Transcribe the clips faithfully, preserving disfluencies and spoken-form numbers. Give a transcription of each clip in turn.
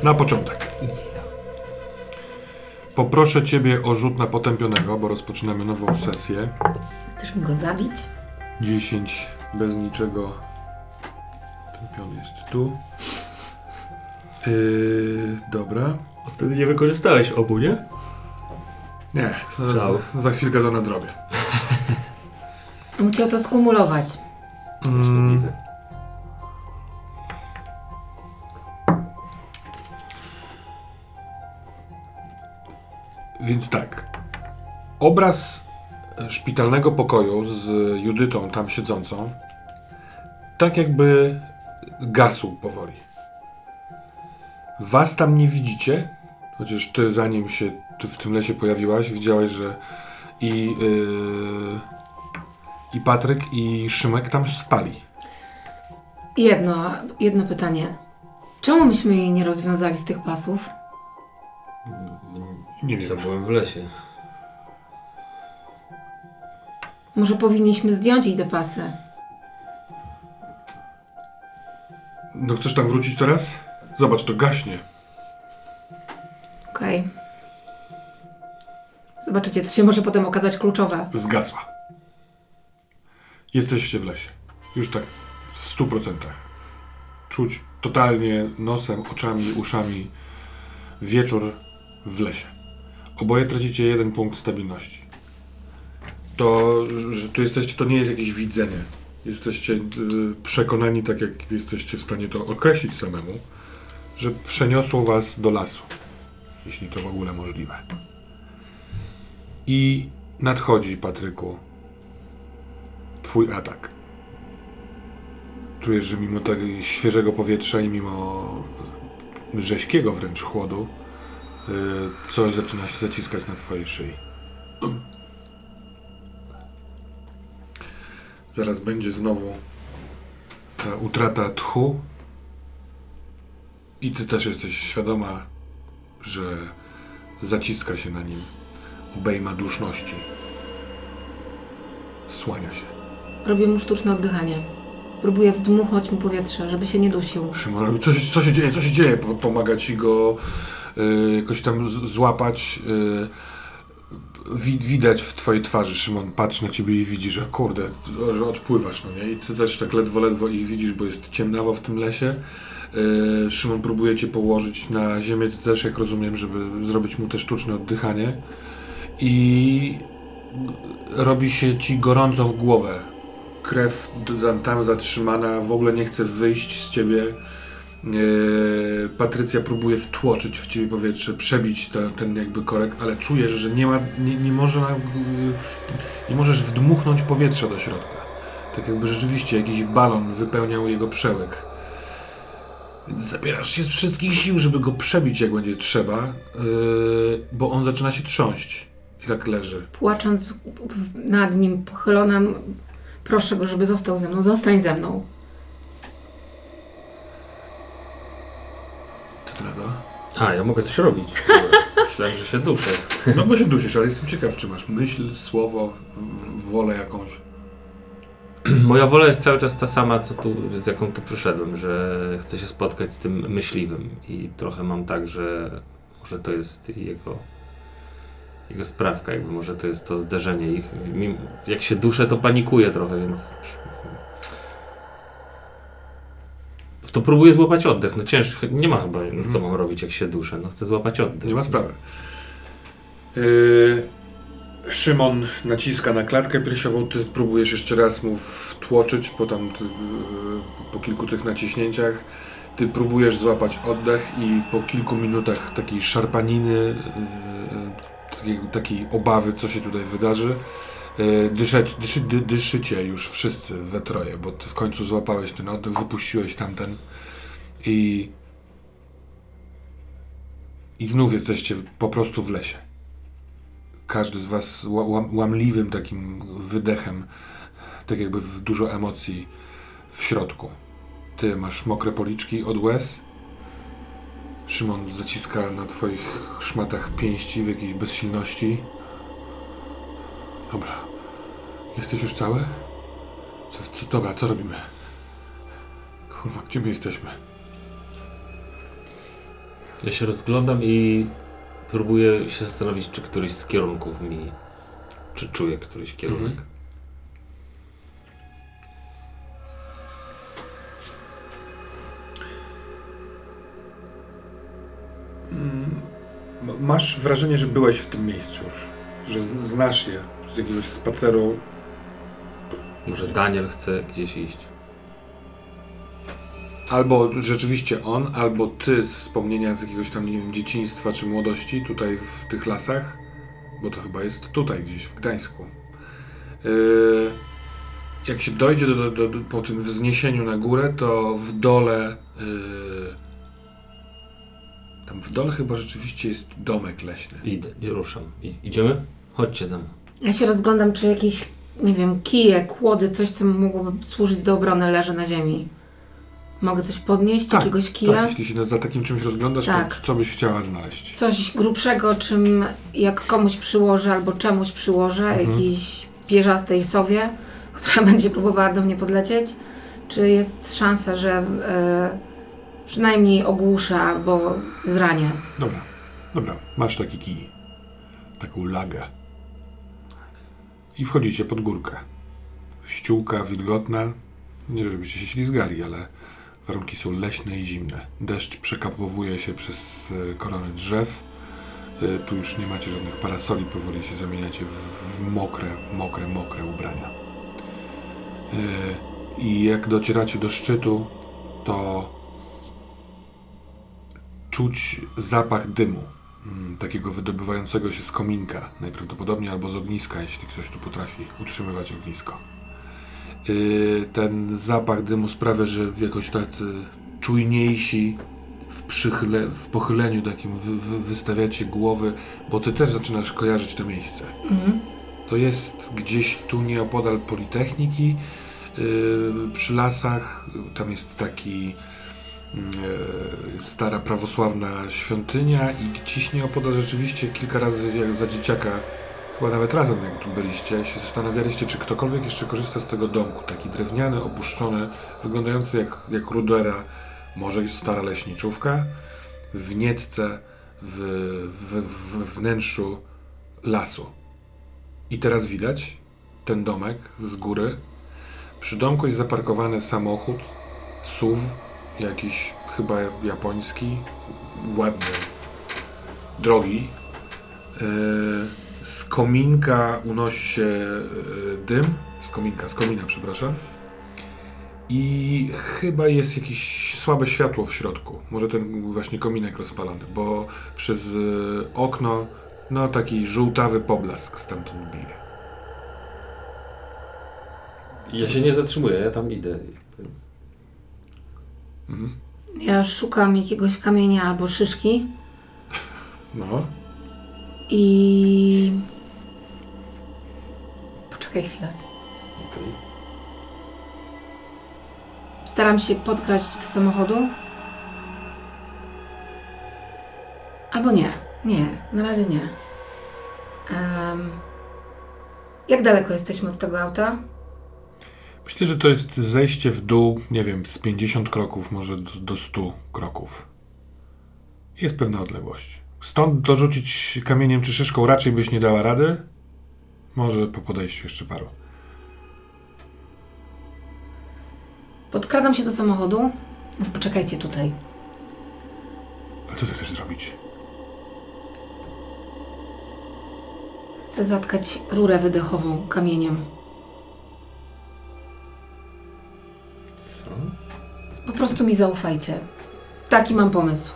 Na początek. Poproszę ciebie o rzut na potępionego, bo rozpoczynamy nową sesję. Chcesz mi go zabić? dziesięć bez niczego. Potępiony jest tu. Yy, dobra. A wtedy nie wykorzystałeś obu, nie? Nie, za, za chwilkę to nadrobię. On chciał to skumulować. Mm. Widzę. Więc tak. Obraz szpitalnego pokoju z Judytą tam siedzącą tak jakby gasł powoli. Was tam nie widzicie, chociaż ty zanim się ty w tym lesie pojawiłaś, widziałeś, że i yy, i Patryk i Szymek tam spali. Jedno, jedno pytanie. Czemu myśmy jej nie rozwiązali z tych pasów? Nie wiem. Ja byłem w lesie. Może powinniśmy zdjąć jej te pasy? No chcesz tam wrócić teraz? Zobacz, to gaśnie. Okej. Okay. Zobaczycie, to się może potem okazać kluczowe. Zgasła. Jesteście w lesie. Już tak w stu procentach. Czuć totalnie nosem, oczami, uszami wieczór w lesie. Oboje tracicie jeden punkt stabilności. To, że tu jesteście, to nie jest jakieś widzenie. Jesteście y, przekonani, tak jak jesteście w stanie to określić samemu, że przeniosło was do lasu. Jeśli to w ogóle możliwe. I nadchodzi, Patryku, twój atak. Czujesz, że mimo tego świeżego powietrza i mimo rzeźkiego wręcz chłodu, yy, coś zaczyna się zaciskać na twojej szyi. Zaraz będzie znowu ta utrata tchu i ty też jesteś świadoma, że zaciska się na nim obejma duszności. Słania się. Robię mu sztuczne oddychanie. Próbuję wdmuchać mu powietrze, żeby się nie dusił. Szymon, co, co się dzieje? Co się dzieje? Pomaga ci go y, jakoś tam z, złapać. Y, wi, widać w twojej twarzy, Szymon, patrz na ciebie i widzi, że kurde, że odpływasz, no nie? I ty też tak ledwo, ledwo ich widzisz, bo jest ciemnawo w tym lesie. Y, Szymon próbuje cię położyć na ziemię, ty też, jak rozumiem, żeby zrobić mu te sztuczne oddychanie. I robi się ci gorąco w głowę. Krew tam zatrzymana, w ogóle nie chce wyjść z ciebie. Yy, Patrycja próbuje wtłoczyć w ciebie powietrze, przebić to, ten jakby korek, ale czujesz, że nie ma, nie, nie, można, yy, w, nie możesz wdmuchnąć powietrza do środka. Tak jakby rzeczywiście jakiś balon wypełniał jego przełyk. Więc zabierasz się z wszystkich sił, żeby go przebić, jak będzie trzeba, yy, bo on zaczyna się trząść. I tak leży. Płacząc nad nim, pochylona, proszę go, żeby został ze mną. Zostań ze mną. Co to? A, ja mogę coś robić. Myślałem, że się duszę. No bo się dusisz, ale jestem ciekaw, czy masz myśl, słowo, wolę jakąś. Moja wola jest cały czas ta sama, co tu, z jaką tu przyszedłem, że chcę się spotkać z tym myśliwym i trochę mam tak, że może to jest jego, jego sprawka, jakby może to jest to zderzenie ich. Jak się duszę, to panikuję trochę, więc to próbuję złapać oddech. No ciężko, nie ma chyba, no co mam robić, jak się duszę. No chcę złapać oddech. Nie ma sprawy. Yy, Szymon naciska na klatkę piersiową, ty próbujesz jeszcze raz mu wtłoczyć po, tam, ty, yy, po kilku tych naciśnięciach. Ty próbujesz złapać oddech i po kilku minutach takiej szarpaniny, yy, takiej, takiej obawy, co się tutaj wydarzy, yy, dyszeć, dyszy, dy, dyszycie już wszyscy we troje, bo ty w końcu złapałeś ten oddech, wypuściłeś tamten i i znów jesteście po prostu w lesie. Każdy z was łam, łamliwym takim wydechem, tak jakby dużo emocji w środku. Ty masz mokre policzki od łez. Szymon zaciska na twoich szmatach pięści w jakiejś bezsilności. Dobra. Jesteś już cały? Co, co, dobra, co robimy? Kurwa, gdzie my jesteśmy? Ja się rozglądam i próbuję się zastanowić, czy któryś z kierunków mi... Czy czuję któryś kierunek. Mhm. Masz wrażenie, że byłeś w tym miejscu już, że z- znasz je z jakiegoś spaceru. Może Daniel chce gdzieś iść. Albo rzeczywiście on, albo ty z wspomnienia z jakiegoś tam, nie wiem, dzieciństwa czy młodości tutaj w tych lasach, bo to chyba jest tutaj gdzieś w Gdańsku. Yy, jak się dojdzie do, do, do, do, po tym wzniesieniu na górę, to w dole yy, tam w dole chyba rzeczywiście jest domek leśny. Idę, nie ruszam. I, idziemy? Chodźcie za mną. Ja się rozglądam, czy jakieś, nie wiem, kije, kłody, coś, co mogłoby służyć do obrony, leży na ziemi. Mogę coś podnieść? Tak, jakiegoś kija? Tak, jeśli się za takim czymś rozglądasz, Tak. to co byś chciała znaleźć? Coś grubszego, czym jak komuś przyłożę albo czemuś przyłożę, Mhm. jakiejś pierzastej sowie, która będzie próbowała do mnie podlecieć? Czy jest szansa, że e, przynajmniej ogłuszę albo zranię? Dobra, dobra, masz taki kij, taką lagę i wchodzicie pod górkę. Ściółka wilgotna, nie żebyście się ślizgali, ale warunki są leśne i zimne. Deszcz przekapowuje się przez e, korony drzew. E, Tu już nie macie żadnych parasoli, powoli się zamieniacie w, w mokre, mokre, mokre ubrania. E, I jak docieracie do szczytu, to czuć zapach dymu, mm, takiego wydobywającego się z kominka, najprawdopodobniej albo z ogniska, jeśli ktoś tu potrafi utrzymywać ognisko. Yy, ten zapach dymu sprawia, że jakoś tacy czujniejsi w, przychyle, w pochyleniu takim wy, wy, wystawiacie głowy, bo ty też zaczynasz kojarzyć to miejsce. Mhm. To jest gdzieś tu nieopodal Politechniki, yy, przy lasach. Tam jest taki yy, stara prawosławna świątynia i gdzieś nieopodal rzeczywiście kilka razy jak za dzieciaka, chyba nawet razem jak tu byliście, się zastanawialiście, czy ktokolwiek jeszcze korzysta z tego domku. Taki drewniany, opuszczony, wyglądający jak, jak rudera, może jest stara leśniczówka, w niecce, w, w, w wnętrzu lasu. I teraz widać ten domek z góry. Przy domku jest zaparkowany samochód, S U V, jakiś chyba japoński, ładny, drogi. Yy, z kominka unosi się yy, dym, z kominka, z komina, przepraszam. I chyba jest jakieś słabe światło w środku. Może ten właśnie kominek rozpalony, bo przez yy, okno no taki żółtawy poblask stamtąd bije. Ja się nie zatrzymuję, ja tam idę. Mhm. Ja szukam jakiegoś kamienia albo szyszki No. i... Poczekaj chwilę. Okay. Staram się podkraść do samochodu. Albo nie. Nie, na razie nie. Um, jak daleko jesteśmy od tego auta? Myślę, że to jest zejście w dół, nie wiem, z pięćdziesiąt kroków, może do, do stu kroków. Jest pewna odległość. Stąd dorzucić kamieniem czy szyszką raczej byś nie dała rady. Może po podejściu jeszcze paru. Podkradam się do samochodu. Poczekajcie tutaj. Ale co ty chcesz zrobić? Chcę zatkać rurę wydechową kamieniem. Co? Po prostu mi zaufajcie. Taki mam pomysł.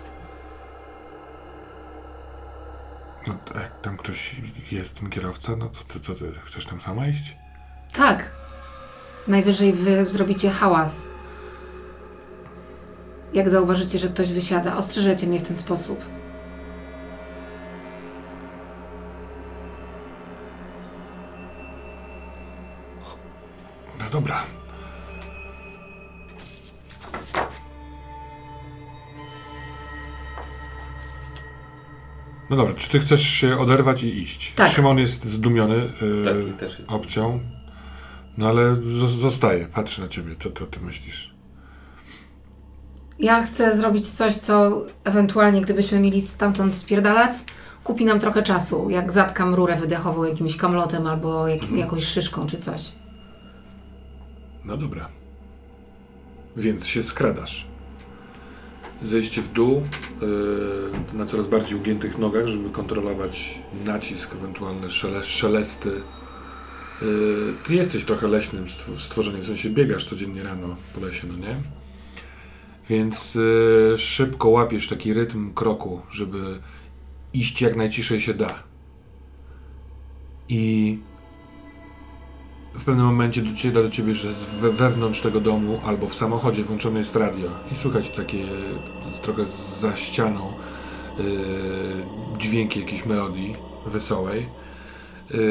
No, a jak tam ktoś jest, ten kierowca, no to ty, co ty, chcesz tam sama iść? Tak. Najwyżej wy zrobicie hałas. Jak zauważycie, że ktoś wysiada, ostrzeżecie mnie w ten sposób. No dobra. No dobra, czy ty chcesz się oderwać i iść? Tak. Szymon jest zdumiony yy, Tak, i też jest. opcją. No ale zo- zostaje, patrzy na ciebie. Co ty o tym myślisz? Ja chcę zrobić coś, co ewentualnie, gdybyśmy mieli stamtąd spierdalać, kupi nam trochę czasu, jak zatkam rurę wydechową jakimś kamlotem albo jak, Mhm. jakąś szyszką czy coś. No dobra. Więc się skradasz. Zejście w dół yy, na coraz bardziej ugiętych nogach, żeby kontrolować nacisk, ewentualne szele, szelesty. Yy, ty jesteś trochę leśnym stw- stworzeniem, w sensie biegasz codziennie rano po lesie, no nie? Więc yy, szybko łapiesz taki rytm kroku, żeby iść jak najciszej się da. I w pewnym momencie dociera do ciebie, że z we, wewnątrz tego domu albo w samochodzie włączone jest radio i słychać takie trochę za ścianą yy, dźwięki jakiejś melodii wesołej. Yy,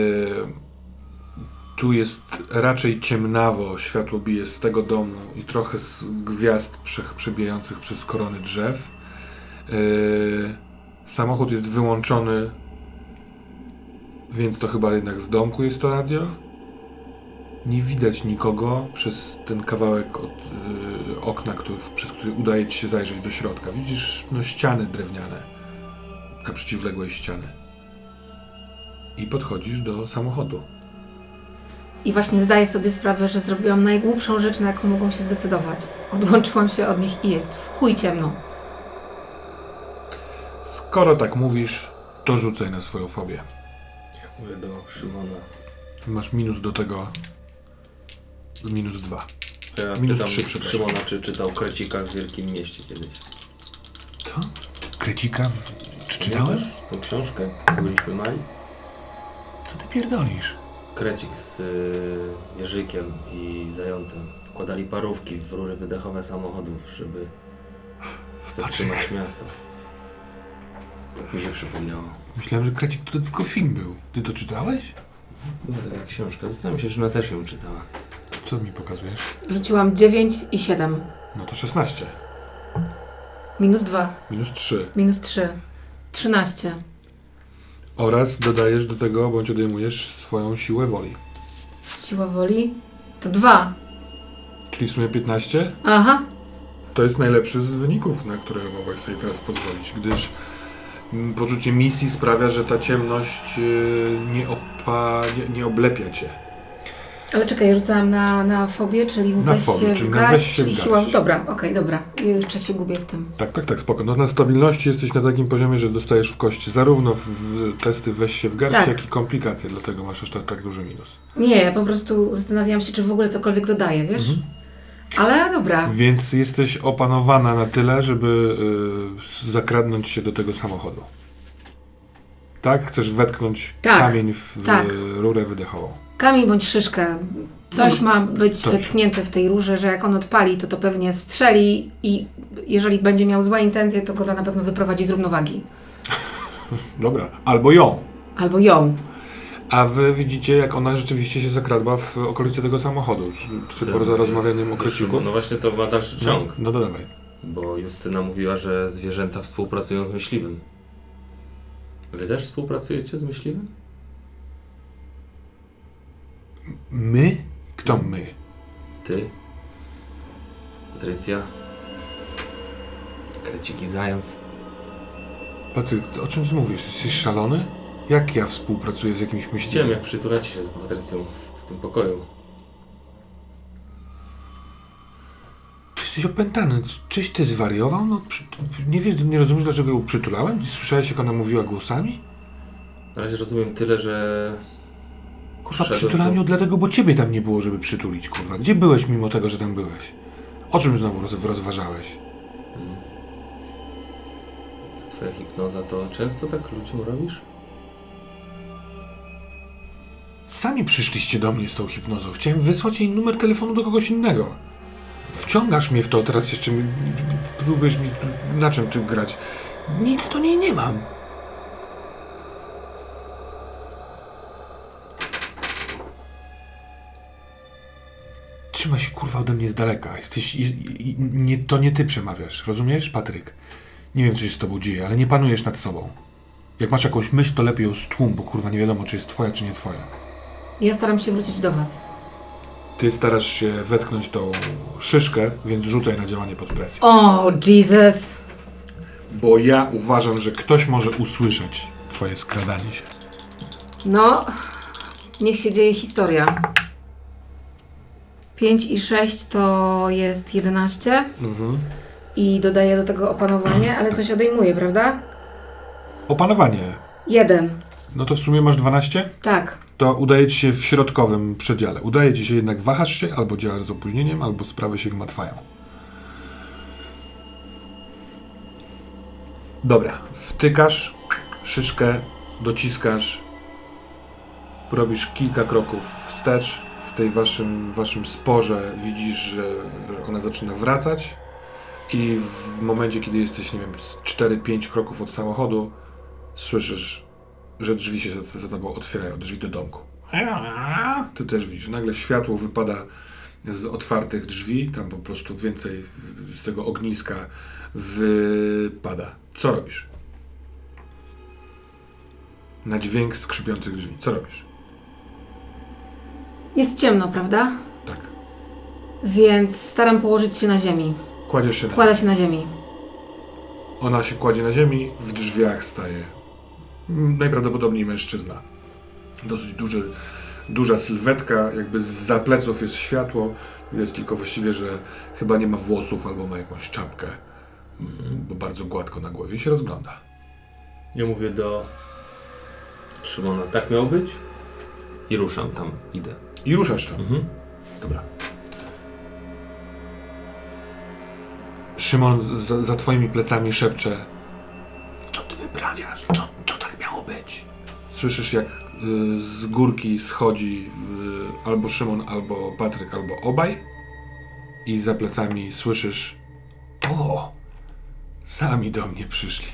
tu jest raczej ciemnawo, światło bije z tego domu i trochę z gwiazd prze, przebijających przez korony drzew. Yy, samochód jest wyłączony, więc to chyba jednak z domku jest to radio. Nie widać nikogo przez ten kawałek od y, okna, który, przez który udaje ci się zajrzeć do środka. Widzisz no, ściany drewniane na przeciwległej ściany. I podchodzisz do samochodu. I właśnie zdaję sobie sprawę, że zrobiłam najgłupszą rzecz, na jaką mogą się zdecydować. Odłączyłam się od nich i jest w chuj ciemno. Skoro tak mówisz, to rzucaj na swoją fobię. Ja mówię do Szymona. Masz minus do tego... minus dwa. Ja Minus pytam trzy, przepraszam. Szymona, czy czytał Krecika w Wielkim Mieście kiedyś. Co? Krecika? Czy Czytałeś tą książkę? Byliśmy mali? Co ty pierdolisz? Krecik z y, Jerzykiem i Zającem wkładali parówki w rury wydechowe samochodów, żeby zatrzymać miasto. Tak mi się przypomniało. Myślałem, że Krecik to tylko film był. Ty to czytałeś? No taka książka. Zastanawiam się, że ona też ją czytała. Co mi pokazujesz? Rzuciłam dziewięć i siedem. No to szesnaście. Minus dwa. Minus trzy. Minus trzy. trzynaście. Oraz dodajesz do tego, bądź odejmujesz swoją siłę woli. Siła woli? To dwa. Czyli w sumie piętnaście? Aha. To jest najlepszy z wyników, na które mogłaś sobie teraz pozwolić, gdyż mm, poczucie misji sprawia, że ta ciemność yy, nie, opa, nie, nie oblepia cię. Ale czekaj, rzucałam na, na fobię, czyli Na weź fobię, się czyli w na garść, weź się czyli w siła... garść. Dobra, okej, dobra. Jeszcze się gubię w tym. Tak, tak, tak, spoko. No na stabilności jesteś na takim poziomie, że dostajesz w kości zarówno w, w testy weź się w garść, Tak. jak i komplikacje, dlatego masz aż tak, tak duży minus. Nie, ja po prostu zastanawiałam się, czy w ogóle cokolwiek dodaję, wiesz? Mhm. Ale dobra. Więc jesteś opanowana na tyle, żeby yy, zakradnąć się do tego samochodu. Tak? Chcesz wetknąć Tak, kamień w, w tak. rurę wydechową. Kamień bądź szyszkę. Coś No, ma być coś. wetknięte w tej rurze, że jak on odpali, to to pewnie strzeli i jeżeli będzie miał złe intencje, to go to na pewno wyprowadzi z równowagi. Dobra. Albo ją. Albo ją. A wy widzicie, jak ona rzeczywiście się zakradła w okolicy tego samochodu. Czy, czy poza rozmawianiem o Kreciku? No właśnie to ma dalszy No, ciąg. no dodawaj. Bo Justyna mówiła, że zwierzęta współpracują z myśliwym. Wy też współpracujecie z myśliwym? My? Kto my? Ty? Patrycja? Krecik i Zając? Patryk, ty o czym ty mówisz? Jesteś szalony? Jak ja współpracuję z jakimś Widziałem, myśliwym? jak przytulacie się z Patrycją w, w tym pokoju. Ty jesteś opętany. Czyś ty zwariował? No, przy, nie wiesz, nie rozumiesz, dlaczego ją przytulałem? Słyszałeś, jak ona mówiła głosami? Na razie rozumiem tyle, że... Kurwa, Wszedłem przytulałem tu. ją dlatego, bo ciebie tam nie było, żeby przytulić, kurwa. Gdzie byłeś mimo tego, że tam byłeś? O czym znowu roz, rozważałeś? Mm. Twoja hipnoza to często tak ludziom robisz? Sami przyszliście do mnie z tą hipnozą. Chciałem wysłać jej numer telefonu do kogoś innego. Wciągasz mnie w to, teraz jeszcze mi, próbujesz mi na czym ty grać. Nic do niej nie mam. Trzymaj się, kurwa, ode mnie z daleka. Jesteś... I, i, nie, to nie ty przemawiasz, rozumiesz, Patryk? Nie wiem, co się z tobą dzieje, ale nie panujesz nad sobą. Jak masz jakąś myśl, to lepiej ją stłum, bo kurwa nie wiadomo, czy jest twoja, czy nie twoja. Ja staram się wrócić do was. Ty starasz się wetknąć tą szyszkę, więc rzucaj na działanie pod presją. O, Jesus! Bo ja uważam, że ktoś może usłyszeć twoje skradanie się. No, niech się dzieje historia. pięć i sześć to jest jedenaście. Mhm. I dodaję do tego opanowanie, ale coś odejmuję, prawda? Opanowanie. Jeden. No to w sumie masz dwanaście? Tak. To udaje ci się w środkowym przedziale. Udaje ci się jednak, wahasz się, albo działasz z opóźnieniem, albo sprawy się gmatwają. Dobra, wtykasz szyszkę, dociskasz, robisz kilka kroków wstecz. W tej waszym, waszym sporze widzisz, że, że ona zaczyna wracać i w momencie, kiedy jesteś, nie wiem, cztery pięć kroków od samochodu, słyszysz, że drzwi się za, za tobą otwierają, drzwi do domku. Ty też widzisz, nagle światło wypada z otwartych drzwi, tam po prostu więcej z tego ogniska wypada. Co robisz? Na dźwięk skrzypiących drzwi. Co robisz? Jest ciemno, prawda? Tak. Więc staram położyć się na ziemi. Kładziesz się na Kładę się na ziemi. Ona się kładzie na ziemi, w drzwiach staje najprawdopodobniej mężczyzna. Dosyć duży, duża sylwetka, jakby zza pleców jest światło. Widać tylko właściwie, że chyba nie ma włosów albo ma jakąś czapkę, bo bardzo gładko na głowie i się rozgląda. Ja mówię do Szymona, tak miało być? I ruszam tam, idę. I ruszasz tam. Mhm. Dobra. Szymon za, za twoimi plecami szepcze: co ty wyprawiasz? Co, co tak miało być? Słyszysz, jak y, z górki schodzi y, albo Szymon, albo Patryk, albo obaj. I za plecami słyszysz: o, sami do mnie przyszli.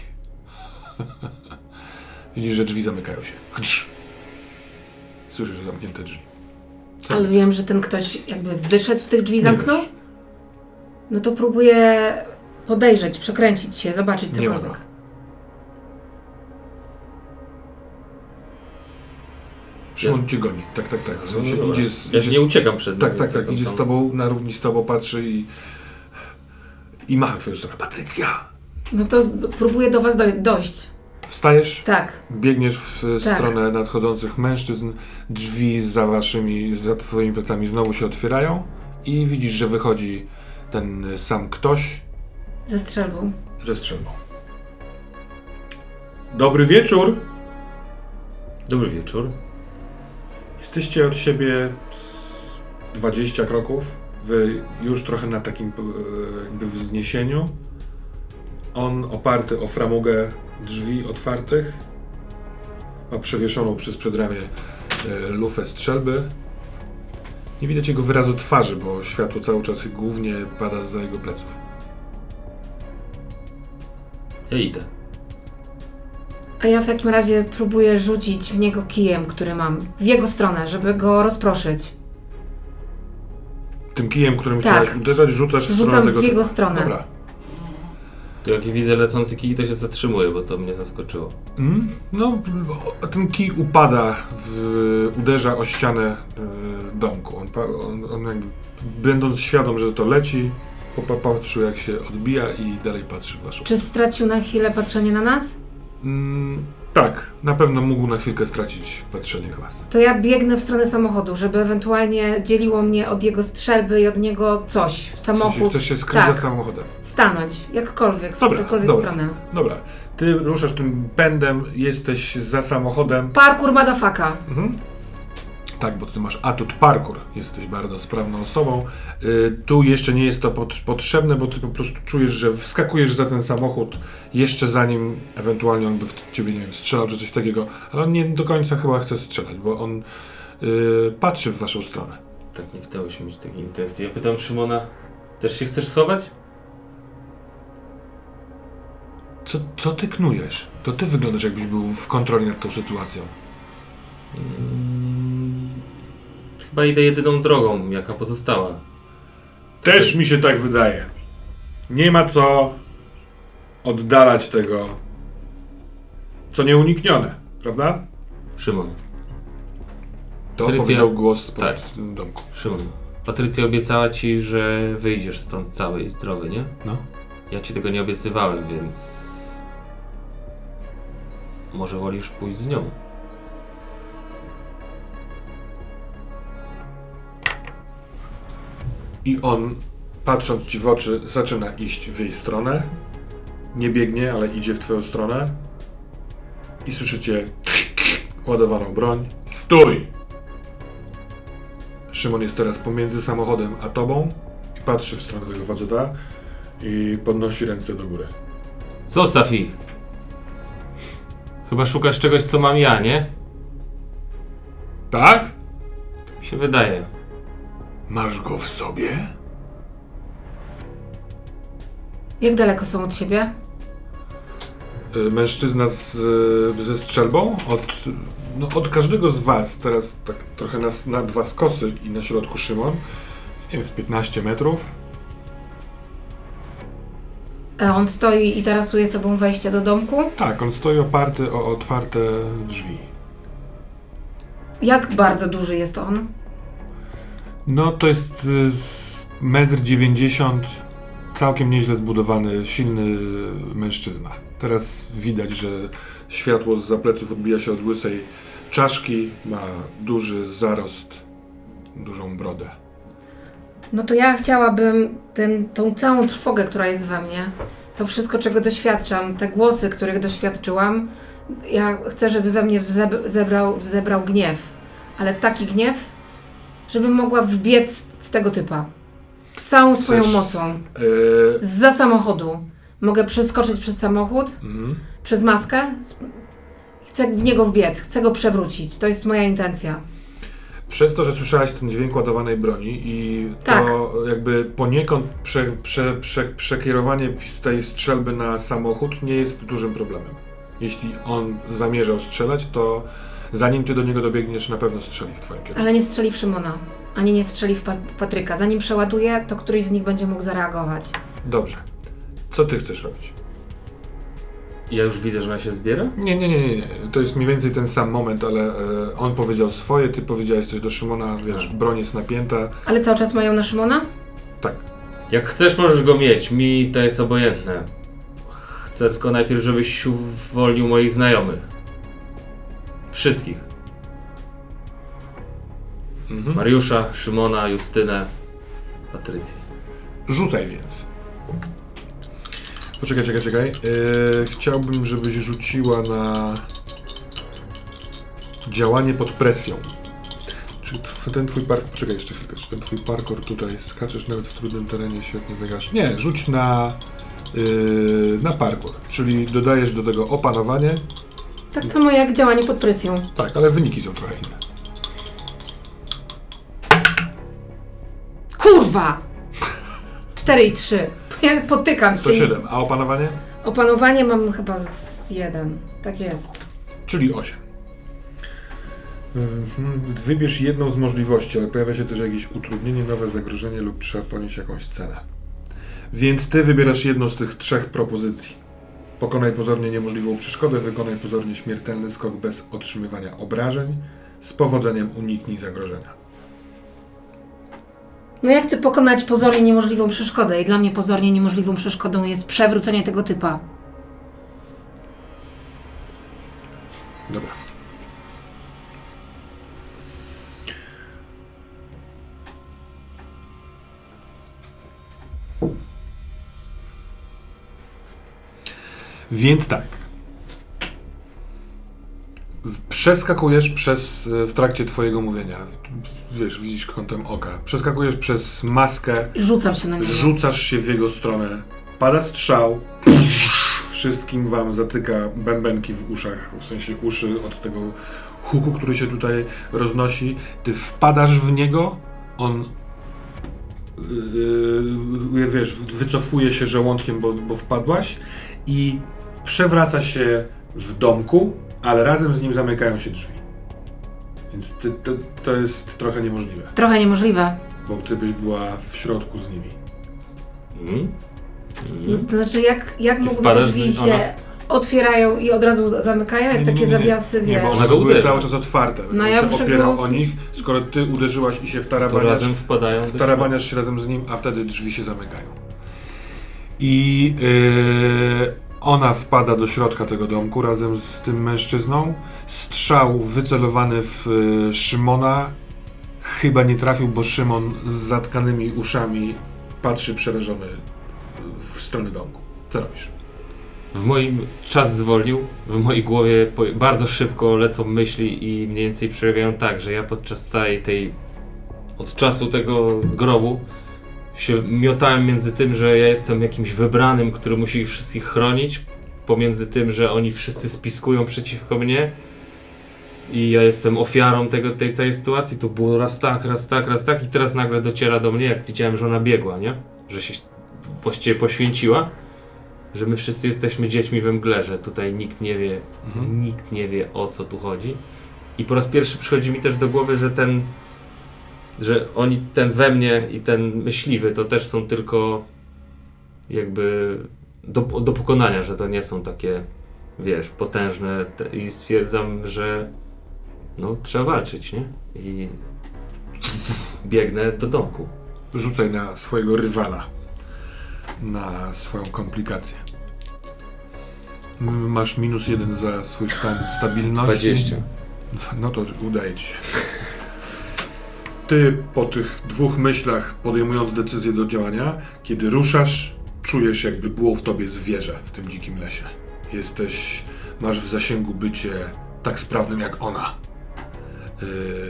Widzisz, że drzwi zamykają się. Chdrz. Słyszysz, że zamknięte drzwi. Co Ale robisz? wiem, że ten ktoś jakby wyszedł z tych drzwi, Nie zamknął. wiesz. No to próbuję podejrzeć, przekręcić się, zobaczyć Nie ma cokolwiek. go. Szymon cię goni. Tak, tak, tak. W sensie No dobra. idzie z, Ja idzie nie z, uciekam przed nim. Tak, tak, więc tak. jakoś Idzie z tam- tobą, na równi z tobą, patrzy i i macha w twoją stronę. Patrycja! No to próbuję do was doj- dojść. Wstajesz, Tak. biegniesz w Tak. stronę nadchodzących mężczyzn, drzwi za waszymi, za twoimi plecami znowu się otwierają i widzisz, że wychodzi ten sam ktoś Ze strzelbą. ze strzelbą. Dobry wieczór! Dobry wieczór. Jesteście od siebie z dwadzieścia kroków, wy już trochę na takim e, jakby wzniesieniu. On oparty o framugę drzwi otwartych, ma przewieszoną przez przedramię e, lufę strzelby. Nie widać jego wyrazu twarzy, bo światło cały czas głównie pada zza jego pleców. Ja idę. A ja w takim razie próbuję rzucić w niego kijem, który mam. W jego stronę, żeby go rozproszyć. Tym kijem, którym Tak. chciałeś uderzać, rzucasz w Rzucam stronę w tego... jego stronę. Dobra. To jak widzę lecący kij, to się zatrzymuję, bo to mnie zaskoczyło. Mm, no, o- ten kij upada, w, uderza o ścianę y, domku. On, pa- on, on jakby, będąc świadom, że to leci, popatrzył, jak się odbija i dalej patrzy w waszą. Czy stracił na chwilę patrzenie na nas? Mm, tak, na pewno mógł na chwilkę stracić patrzenie na was. To ja biegnę w stronę samochodu, żeby ewentualnie dzieliło mnie od jego strzelby i od niego coś. W sensie, Samochód. chcesz się skryć tak. za samochodem. Stanąć. Jakkolwiek, z Dobra, którejkolwiek dobra. strony. Dobra, ty ruszasz tym pędem, jesteś za samochodem. Parkour madafaka. Mhm. Tak, bo ty masz atut parkour, jesteś bardzo sprawną osobą. Y, tu jeszcze nie jest to pot- potrzebne, bo ty po prostu czujesz, że wskakujesz za ten samochód jeszcze zanim ewentualnie on by w ciebie, nie wiem, strzelał czy coś takiego, ale on nie do końca chyba chce strzelać, bo on y, patrzy w waszą stronę. Tak, nie wydało się mieć takiej intencji. Ja pytam Szymona, też się chcesz schować? Co, co ty knujesz? To ty wyglądasz, jakbyś był w kontroli nad tą sytuacją. Mm, chyba idę jedyną drogą, jaka pozostała. Też mi się tak wydaje. Nie ma co oddalać tego, co nieuniknione, prawda? Szymon, To Patrycja- powiedział głos spod tak. domku. Szymon, Patrycja obiecała ci, że wyjdziesz stąd cały i zdrowy, nie? No. Ja ci tego nie obiecywałem, więc... Może wolisz pójść z nią? I on, patrząc ci w oczy, zaczyna iść w jej stronę. Nie biegnie, ale idzie w twoją stronę. I słyszycie ładowaną broń. Stój! Szymon jest teraz pomiędzy samochodem a tobą i patrzy w stronę tego faceta i podnosi ręce do góry. Zostaw ich! Chyba szukasz czegoś, co mam ja, nie? Tak? Mi się wydaje. Masz go w sobie? Jak daleko są od siebie? Y, Mężczyzna z, y, ze strzelbą od, no, od każdego z was, teraz tak trochę na, na dwa skosy i na środku Szymon, z, nie wiem, z piętnaście metrów. E, On stoi i tarasuje sobą wejście do domku. Tak, on stoi oparty o otwarte drzwi. Jak bardzo duży jest on? No to jest y, z metr dziewięćdziesiąt, całkiem nieźle zbudowany, silny mężczyzna. Teraz widać, że światło z pleców odbija się od łysej czaszki, ma duży zarost, dużą brodę. No to ja chciałabym ten, tą całą trwogę, która jest we mnie, to wszystko, czego doświadczam, te głosy, których doświadczyłam, ja chcę, żeby we mnie wzeb- zebrał, zebrał gniew. Ale taki gniew, żebym mogła wbiec w tego typa. Całą swoją Chcesz, mocą. Yy, Zza samochodu. Mogę przeskoczyć przez samochód, mhm. przez maskę. sp- Chcę w niego wbiec, chcę go przewrócić. To jest moja intencja. Przez to, że słyszałaś ten dźwięk ładowanej broni i to Tak. jakby poniekąd prze, prze, prze, przekierowanie z tej strzelby na samochód nie jest dużym problemem. Jeśli on zamierzał strzelać, to zanim ty do niego dobiegniesz, na pewno strzeli w twoim kierunku. Ale nie strzeli w Szymona, ani nie strzeli w, pa- w Patryka. Zanim przeładuje, to któryś z nich będzie mógł zareagować. Dobrze. Co ty chcesz robić? Ja już widzę, że ona się zbiera? Nie, nie, nie, nie, nie. To jest mniej więcej ten sam moment, ale e, on powiedział swoje, ty powiedziałeś coś do Szymona, wiesz, broń jest napięta. Ale cały czas mają na Szymona? Tak. Jak chcesz, możesz go mieć. Mi to jest obojętne. Chcę tylko najpierw, żebyś uwolnił moich znajomych. Wszystkich. Mhm. Mariusza, Szymona, Justynę, Patrycję. Rzucaj więc. Poczekaj, czekaj, czekaj. Yy, chciałbym, żebyś rzuciła na działanie pod presją. Czy tw- ten twój parkour... Poczekaj jeszcze chwilkę. Czy ten twój parkour tutaj skaczesz nawet w trudnym terenie, świetnie biegasz? Nie, rzuć na, yy, na parkour. Czyli dodajesz do tego opanowanie. Tak samo jak działanie pod presją. Tak, ale wyniki są trochę inne. Kurwa! cztery i trzy. Ja potykam sto się. i- siedem, a opanowanie? Opanowanie mam chyba z jeden. Tak jest. Czyli osiem. Mhm. Wybierz jedną z możliwości, ale pojawia się też jakieś utrudnienie, nowe zagrożenie lub trzeba ponieść jakąś cenę. Więc ty wybierasz jedną z tych trzech propozycji. Pokonaj pozornie niemożliwą przeszkodę, wykonaj pozornie śmiertelny skok bez otrzymywania obrażeń, z powodzeniem uniknij zagrożenia. No ja chcę pokonać pozornie niemożliwą przeszkodę i dla mnie pozornie niemożliwą przeszkodą jest przewrócenie tego typa. Dobra. Więc tak. W- Przeskakujesz przez, w trakcie twojego mówienia, wiesz, widzisz kątem oka, przeskakujesz przez maskę, Rzucam się na niego. rzucasz się w jego stronę, pada strzał, wszystkim wam zatyka bębenki w uszach, w sensie uszy od tego huku, który się tutaj roznosi. Ty wpadasz w niego, on yy, wiesz, wycofuje się żołądkiem, bo, bo wpadłaś i przewraca się w domku, ale razem z nim zamykają się drzwi. Więc ty, to, to jest trochę niemożliwe, Trochę niemożliwe. bo ty byś była w środku z nimi. Mm? Mm? To znaczy, jak, jak Ty mogłyby te wpadasz drzwi z- się ona- otwierają i od razu zamykają, jak Nie, nie, takie nie, nie. zawiasy, Nie, wiesz. bo Ona one go były uderza. cały czas otwarte. No On ja się muszę opierał go- o nich, skoro ty uderzyłaś i się To wtarabaniasz, razem wpadają do wtarabaniasz się razem z nim, a wtedy drzwi się zamykają. I yy, ona wpada do środka tego domku razem z tym mężczyzną. Strzał wycelowany w y, Szymona chyba nie trafił, bo Szymon z zatkanymi uszami patrzy przerażony w stronę domku. Co robisz? W moim czas zwolnił, w mojej głowie po, bardzo szybko lecą myśli i mniej więcej przebiegają tak, że ja podczas całej tej, od czasu tego grobu się miotałem między tym, że ja jestem jakimś wybranym, który musi ich wszystkich chronić, pomiędzy tym, że oni wszyscy spiskują przeciwko mnie i ja jestem ofiarą tego, tej całej sytuacji. To było raz tak, raz tak, raz tak i teraz nagle dociera do mnie, jak widziałem, że ona biegła, nie? Że się właściwie poświęciła. Że my wszyscy jesteśmy dziećmi we mgle, że tutaj nikt nie wie, Mhm. nikt nie wie, o co tu chodzi. I po raz pierwszy przychodzi mi też do głowy, że ten, że oni, ten we mnie i ten myśliwy, to też są tylko jakby do, do pokonania, że to nie są takie, wiesz, potężne te, i stwierdzam, że no trzeba walczyć, nie? I biegnę do domku. Rzucaj na swojego rywala. Na swoją komplikację. M- Masz minus jeden za swój stan stabilności. dwadzieścia. No to udaje ci się. Ty po tych dwóch myślach, podejmując decyzję do działania, kiedy ruszasz, czujesz, jakby było w tobie zwierzę w tym dzikim lesie. Jesteś, masz w zasięgu bycie tak sprawnym jak ona. Yy,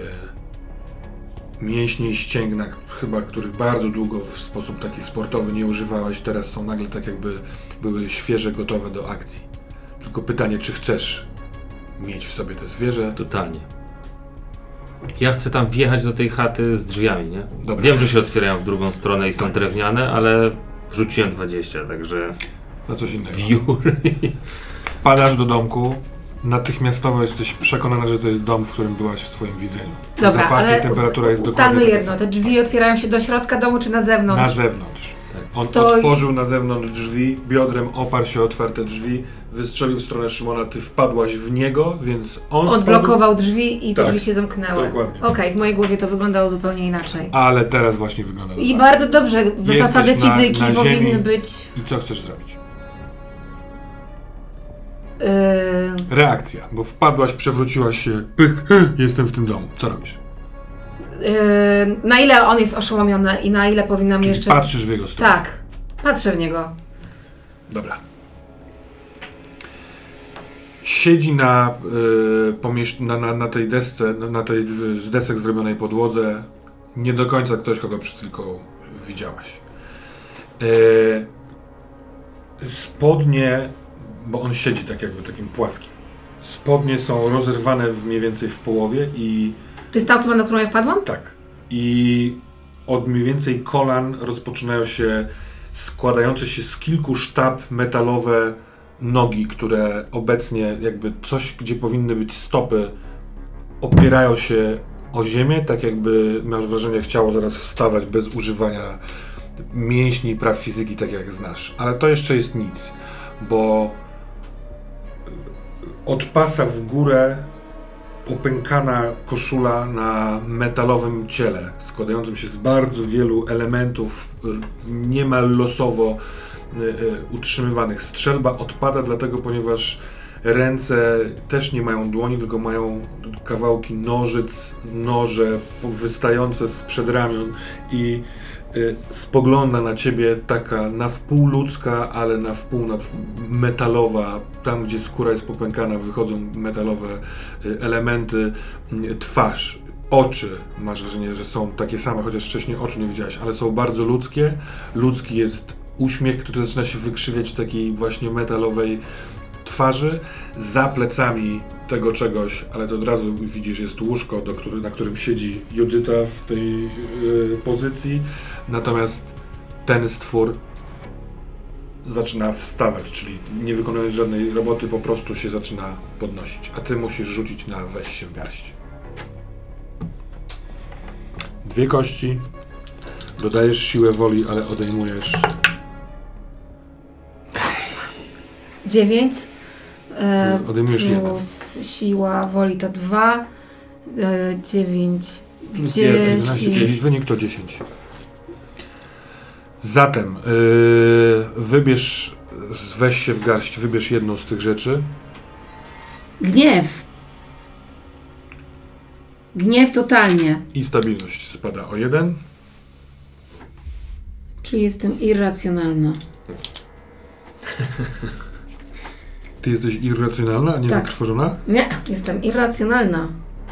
mięśnie i ścięgna, chyba których bardzo długo w sposób taki sportowy nie używałeś, teraz są nagle tak jakby były świeże, gotowe do akcji. Tylko pytanie, czy chcesz mieć w sobie te zwierzę? Totalnie. Ja chcę tam wjechać do tej chaty z drzwiami, nie? Dobra. Wiem, że się otwierają w drugą stronę i są Tak. drewniane, ale rzuciłem dwadzieścia, także Na coś innego. wiór. Wpadasz do domku, natychmiastowo jesteś przekonana, że to jest dom, w którym byłaś w swoim widzeniu. Dobra, Zapachy, ale temperatura jest ustalmy dokładnie taka jedno, te drzwi otwierają się do środka domu czy na sama. zewnątrz? Na zewnątrz. Tak. On To- otworzył na zewnątrz drzwi, biodrem oparł się o otwarte drzwi, wystrzelił w stronę Szymona, ty wpadłaś w niego, więc on Odblokował drzwi i te Tak, drzwi się zamknęły. dokładnie. Okej, w mojej głowie to wyglądało zupełnie inaczej. wpadł, ale teraz właśnie wygląda I tak. bardzo dobrze, Jesteś zasady na- fizyki na powinny ziemi. być... I co chcesz zrobić? Yy, Reakcja, bo wpadłaś, przewróciłaś się, pych, jestem w tym domu. Co robisz? yy, na ile on jest oszołomiony i na ile powinnam Czyli jeszcze... patrzysz w jego stronę. Tak, patrzę w niego. Dobra. Siedzi na, y, pomiesz- na, na, na tej desce, na, na tej y, z desek zrobionej podłodze. Nie do końca ktoś, kogo przed chwilką widziałaś. Y, spodnie, bo on siedzi tak jakby takim płaskim. Spodnie są rozerwane w mniej więcej w połowie i To jest ta osoba, na którą ja wpadłam? tak. I od mniej więcej kolan rozpoczynają się składające się z kilku sztab metalowe nogi, które obecnie jakby coś, gdzie powinny być stopy, opierają się o ziemię, tak jakby masz wrażenie, chciało zaraz wstawać bez używania mięśni i praw fizyki, tak jak znasz. Ale to jeszcze jest nic, bo od pasa w górę popękana koszula na metalowym ciele, składającym się z bardzo wielu elementów y, niemal losowo y, y, utrzymywanych. Strzelba odpada dlatego, ponieważ ręce też nie mają dłoni, tylko mają kawałki nożyc, noże wystające z przedramion i y, spogląda na ciebie taka na wpół ludzka, ale na wpół na metalowa. Tam, gdzie skóra jest popękana, wychodzą metalowe y, elementy. Y, twarz, oczy, masz wrażenie, że są takie same, chociaż wcześniej oczu nie widziałeś, ale są bardzo ludzkie. Ludzki jest uśmiech, który zaczyna się wykrzywiać w takiej właśnie metalowej twarzy. Za plecami tego czegoś, ale to od razu widzisz, jest łóżko, do który, na którym siedzi Judyta w tej y, pozycji. Natomiast ten stwór zaczyna wstawać, czyli nie wykonując żadnej roboty, po prostu się zaczyna podnosić. A ty musisz rzucić na weź się w garść. Dwie kości. Dodajesz siłę woli, ale odejmujesz. Dziewięć. E, Odejmujesz jeden. plus siła woli to dwa, e, dziewięć, Plus jeden, jedenaście, czyli dziesięć. wynik to dziesięć. Zatem yy, wybierz, weź się w garść, wybierz jedną z tych rzeczy. Gniew. Gniew totalnie. I stabilność spada o jeden. Czyli jestem irracjonalna. Ty jesteś irracjonalna, a nie Tak. zatrwożona? Nie, jestem irracjonalna.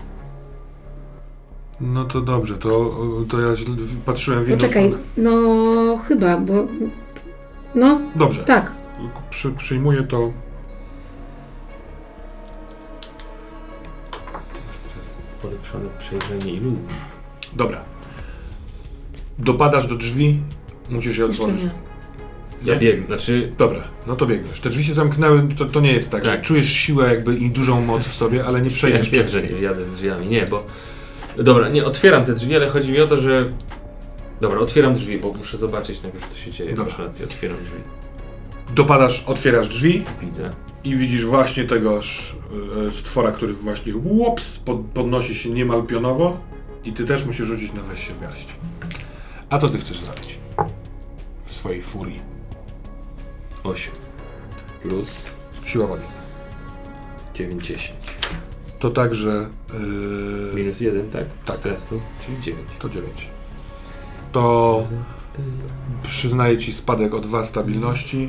No to dobrze, to, to ja źle patrzyłem w inną Poczekaj, stronę. no chyba, bo... No, Dobrze, tak. Przy, przyjmuję to. Teraz polepszone przejrzenie iluzji. Dobra. Dopadasz do drzwi, musisz je Jeszcze otworzyć. nie. Ja biegnę, znaczy Dobra, no to biegniesz. Te drzwi się zamknęły, to, to nie jest tak, Tak. że czujesz siłę jakby i dużą moc w sobie, ale nie ja przejdziesz wiem, przez że nie. nie wjadę z drzwiami. Nie, bo... Dobra, nie, otwieram te drzwi, ale chodzi mi o to, że... Dobra, otwieram drzwi, bo muszę zobaczyć najpierw, co się dzieje. Dobra. Masz rację, otwieram drzwi. Dopadasz, otwierasz drzwi Widzę. i widzisz właśnie tegoż e, stwora, który właśnie łops, pod, podnosi się niemal pionowo i ty też musisz rzucić na weź się w garść. A co ty chcesz zrobić w swojej furii? osiem. Plus Siła woli. dziewięć, dziesięć. To także e, Minus jeden, tak? Tak. Stresu, czyli dziewięć. to dziewięć. To przyznaję ci spadek o dwa stabilności.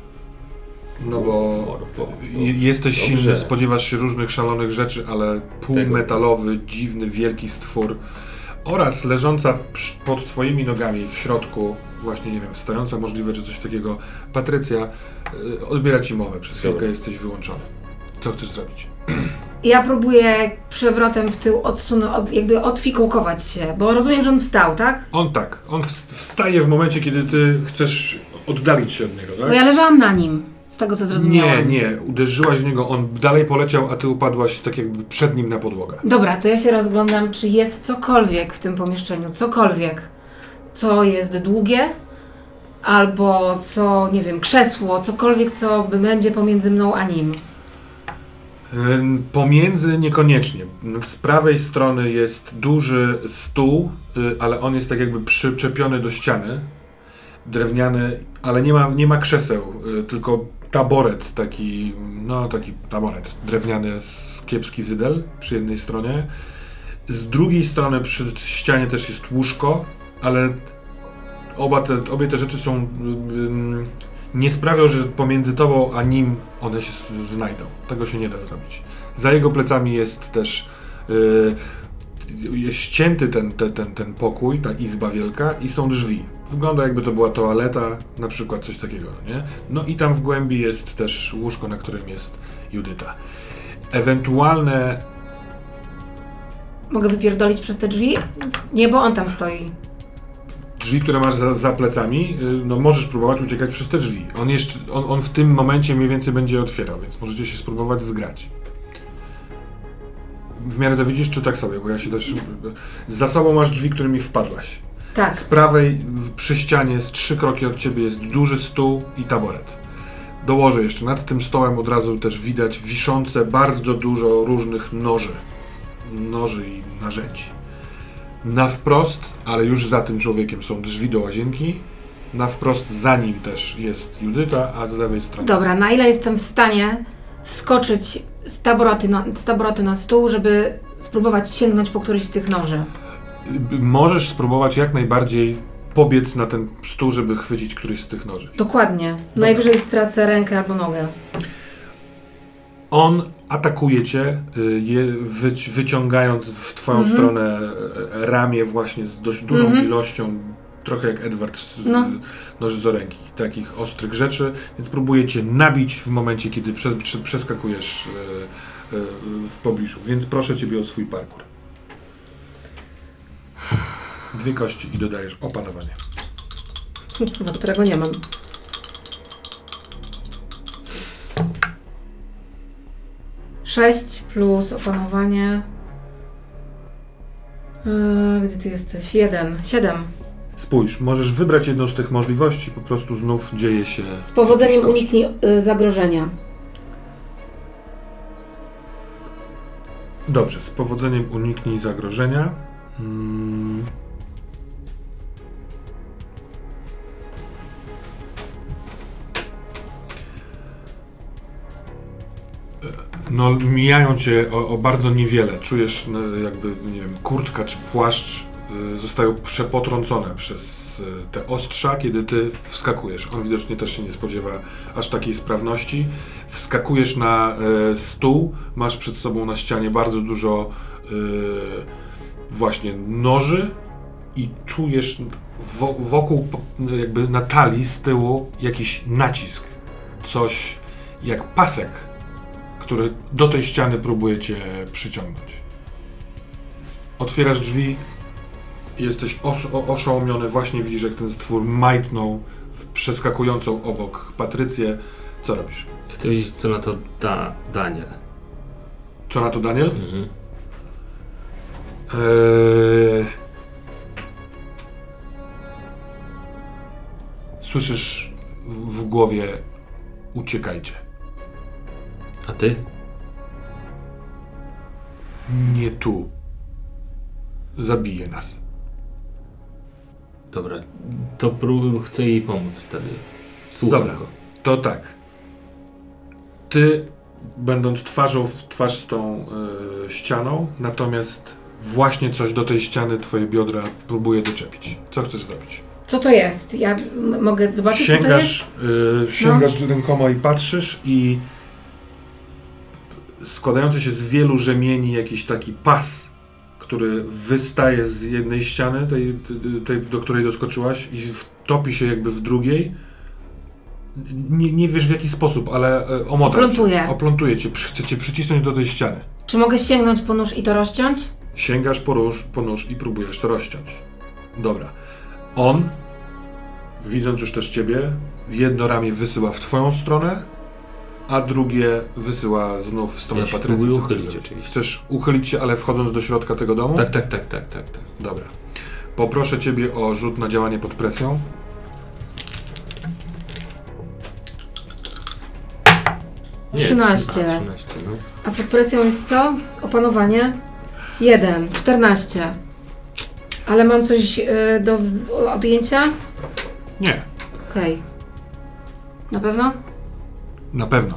No bo je- jesteś Dobrze. silny, spodziewasz się różnych szalonych rzeczy, ale półmetalowy, dziwny, wielki stwór oraz leżąca przy- pod twoimi nogami w środku, właśnie nie wiem, wstająca możliwe, czy coś takiego, Patrycja, y, odbiera ci mowę. Przez chwilkę Dobra. jesteś wyłączony. Co chcesz zrobić? Ja próbuję przewrotem w tył odsunąć, od, jakby odfikołkować się, bo rozumiem, że on wstał, tak? On tak, on wst- wstaje w momencie, kiedy ty chcesz oddalić się od niego, tak? Bo ja leżałam na nim, z tego co Nie, zrozumiałam. nie, uderzyłaś w niego, on dalej poleciał, a ty upadłaś tak jakby przed nim na podłogę. Dobra, to ja się rozglądam, czy jest cokolwiek w tym pomieszczeniu, cokolwiek, co jest długie, albo co, nie wiem, krzesło, cokolwiek, co by będzie pomiędzy mną a nim. Ym, Pomiędzy niekoniecznie. Z prawej strony jest duży stół, y, ale on jest tak jakby przyczepiony do ściany, drewniany, ale nie ma, nie ma krzeseł, y, tylko taboret taki, no taki taboret drewniany, z kiepski zydel przy jednej stronie. Z drugiej strony przy ścianie też jest łóżko, ale oba te, obie te rzeczy są, ym, nie sprawią, że pomiędzy tobą a nim one się s- znajdą. Tego się nie da zrobić. Za jego plecami jest też yy, jest ścięty ten, ten, ten, ten pokój, ta izba wielka i są drzwi. Wygląda jakby to była toaleta, na przykład coś takiego, no nie? No i tam w głębi jest też łóżko, na którym jest Judyta. Ewentualne Mogę wypierdolić przez te drzwi? Nie, bo on tam stoi. drzwi, które masz za, za plecami, y, no możesz próbować uciekać przez te drzwi. On, jeszcze, on, on w tym momencie mniej więcej będzie otwierał, więc możecie się spróbować zgrać. W miarę to widzisz, czy tak sobie, bo ja się też... Za sobą masz drzwi, którymi wpadłaś. Tak. Z prawej w- przy ścianie, z trzy kroki od ciebie jest duży stół i taboret. Dołożę jeszcze, nad tym stołem od razu też widać wiszące bardzo dużo różnych noży. Noży i narzędzi. Na wprost, ale już za tym człowiekiem są drzwi do łazienki. Na wprost za nim też jest Judyta, a z lewej strony... Dobra, na ile jestem w stanie wskoczyć z taboretu na, z taboretu na stół, żeby spróbować sięgnąć po któryś z tych noży? Y, Możesz spróbować jak najbardziej pobiec na ten stół, żeby chwycić któryś z tych noży. Dokładnie. Najwyżej stracę rękę albo nogę. On atakuje cię, y, je wyci- wyciągając w twoją Mhm. stronę e, ramię właśnie z dość dużą Mhm. ilością, trochę jak Edward, z, No. noży z ręki, takich ostrych rzeczy, więc próbuje cię nabić w momencie, kiedy prze, prze, przeskakujesz e, e, w pobliżu. Więc proszę ciebie o swój parkour. Dwie kości i dodajesz opanowanie. Chyba, którego nie mam. Sześć plus opanowanie. Eee, gdzie ty jesteś? Jeden. Siedem. Spójrz, możesz wybrać jedną z tych możliwości, po prostu znów dzieje się... Z powodzeniem jakiś koszt. uniknij y, zagrożenia. Dobrze, z powodzeniem uniknij zagrożenia. Hmm. No, mijają cię o, o bardzo niewiele. Czujesz, no, jakby, nie wiem, kurtka czy płaszcz y, zostają przepotrącone przez y, te ostrza, kiedy ty wskakujesz. On widocznie też się nie spodziewa aż takiej sprawności. Wskakujesz na y, stół, masz przed sobą na ścianie bardzo dużo y, właśnie noży i czujesz wo, wokół, jakby na talii z tyłu jakiś nacisk. Coś jak pasek, który do tej ściany próbuje cię przyciągnąć. Otwierasz drzwi, jesteś osz oszołomiony, właśnie widzisz, jak ten stwór majtnął w przeskakującą obok Patrycję. Co robisz? Chcę wiedzieć, co na to da Daniel. Co na to Daniel? Mhm. Eee... Słyszysz w głowie: uciekajcie. A ty? Nie tu. Zabije nas. Dobra, to prób- chcę jej pomóc wtedy. Słucham Dobra, go. to tak. Ty, będąc twarzą w twarz z tą y, ścianą, natomiast właśnie coś do tej ściany twoje biodra próbuje doczepić. Co chcesz zrobić? Co to jest? Ja m- mogę zobaczyć, co to jest? Sięgasz, y, sięgasz rękoma i patrzysz i składający się z wielu rzemieni jakiś taki pas, który wystaje z jednej ściany, tej, tej do której doskoczyłaś, i wtopi się jakby w drugiej. Nie, nie wiesz w jaki sposób, ale e, omotał Oplątuje. cię. Oplątuje cię. Chce cię przycisnąć do tej ściany. Czy mogę sięgnąć po nóż i to rozciąć? Sięgasz po, róż, po nóż i próbujesz to rozciąć. Dobra. On, widząc już też ciebie, jedno ramię wysyła w twoją stronę, a drugie wysyła znów w stronę Ja się Patrycji. próbuję Co chcesz uchylić zrobić? oczywiście. Chcesz uchylić się, ale wchodząc do środka tego domu? Tak, tak, tak, tak, tak, tak. Dobra. Poproszę ciebie o rzut na działanie pod presją. Nie, trzynaście. A, trzynaście, no. A pod presją jest co? Opanowanie? Jeden. czternaście. Ale mam coś y, do w- odjęcia? Nie. Okej. Na pewno? Na pewno.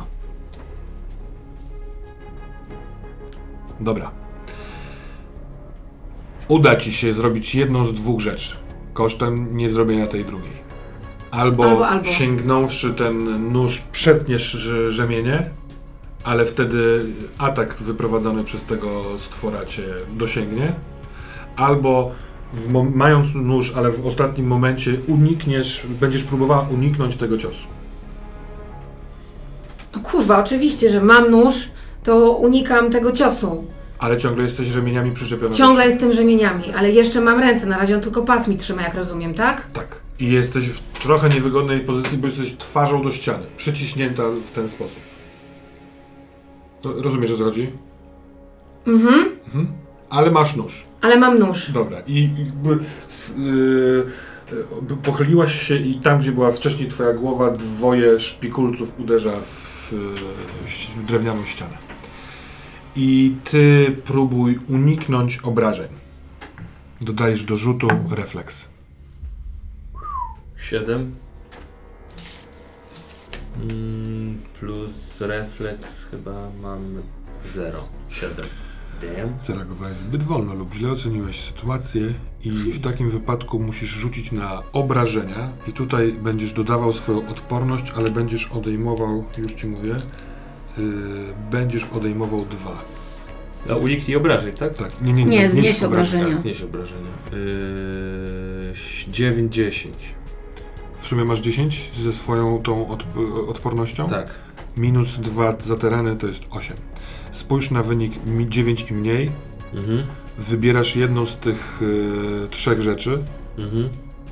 Dobra. Uda ci się zrobić jedną z dwóch rzeczy, kosztem niezrobienia tej drugiej. Albo, Albo, albo. sięgnąwszy ten nóż, przetniesz rze- rzemienie, ale wtedy atak wyprowadzony przez tego stwora cię dosięgnie. Albo w mom- mając nóż, ale w ostatnim momencie unikniesz, będziesz próbowała uniknąć tego ciosu. No kurwa, oczywiście, że mam nóż, to unikam tego ciosu. Ale ciągle jesteś rzemieniami przyczepiona. do Ciągle siebie. jestem rzemieniami, ale jeszcze mam ręce. Na razie on tylko pas mi trzyma, jak rozumiem, tak? Tak. I jesteś w trochę niewygodnej pozycji, bo jesteś twarzą do ściany, przyciśnięta w ten sposób. To rozumiesz, o co chodzi? Mhm. Mhm. Ale masz nóż. Ale mam nóż. Dobra. I jakby s- yy, yy, pochyliłaś się i tam, gdzie była wcześniej twoja głowa, dwoje szpikulców uderza w yy, ś- drewnianą ścianę. I ty próbuj uniknąć obrażeń. Dodajesz do rzutu refleks. siedem. Mm, plus refleks chyba mam zero. siedem. Damn. Zareagowałeś zbyt wolno lub źle oceniłeś sytuację i w takim wypadku musisz rzucić na obrażenia i tutaj będziesz dodawał swoją odporność, ale będziesz odejmował, już ci mówię, yy, będziesz odejmował dwa. A uniknij obrażeń, tak? Tak, nie, nie, Nie, nie, znieś obrażenia. A, znieś obrażenia. Yy, dziewięć, dziesięć. W sumie masz dziesięć ze swoją tą od, odpornością? Tak. Minus dwa za tereny to jest osiem. Spójrz na wynik mi- dziewięć i mniej, Mhm. wybierasz jedną z tych yy, trzech rzeczy. Mhm.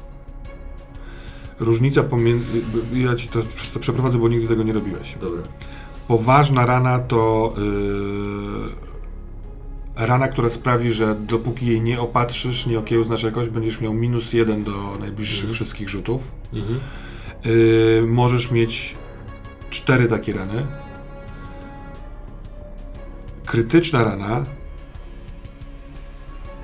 Różnica pomiędzy... Ja ci to, to przeprowadzę, bo nigdy tego nie robiłeś. Dobra. Poważna rana to yy, rana, która sprawi, że dopóki jej nie opatrzysz, nie okiełznasz jakoś, będziesz miał minus jeden do najbliższych Mhm. wszystkich rzutów. Mhm. Yy, możesz mieć cztery takie rany. Krytyczna rana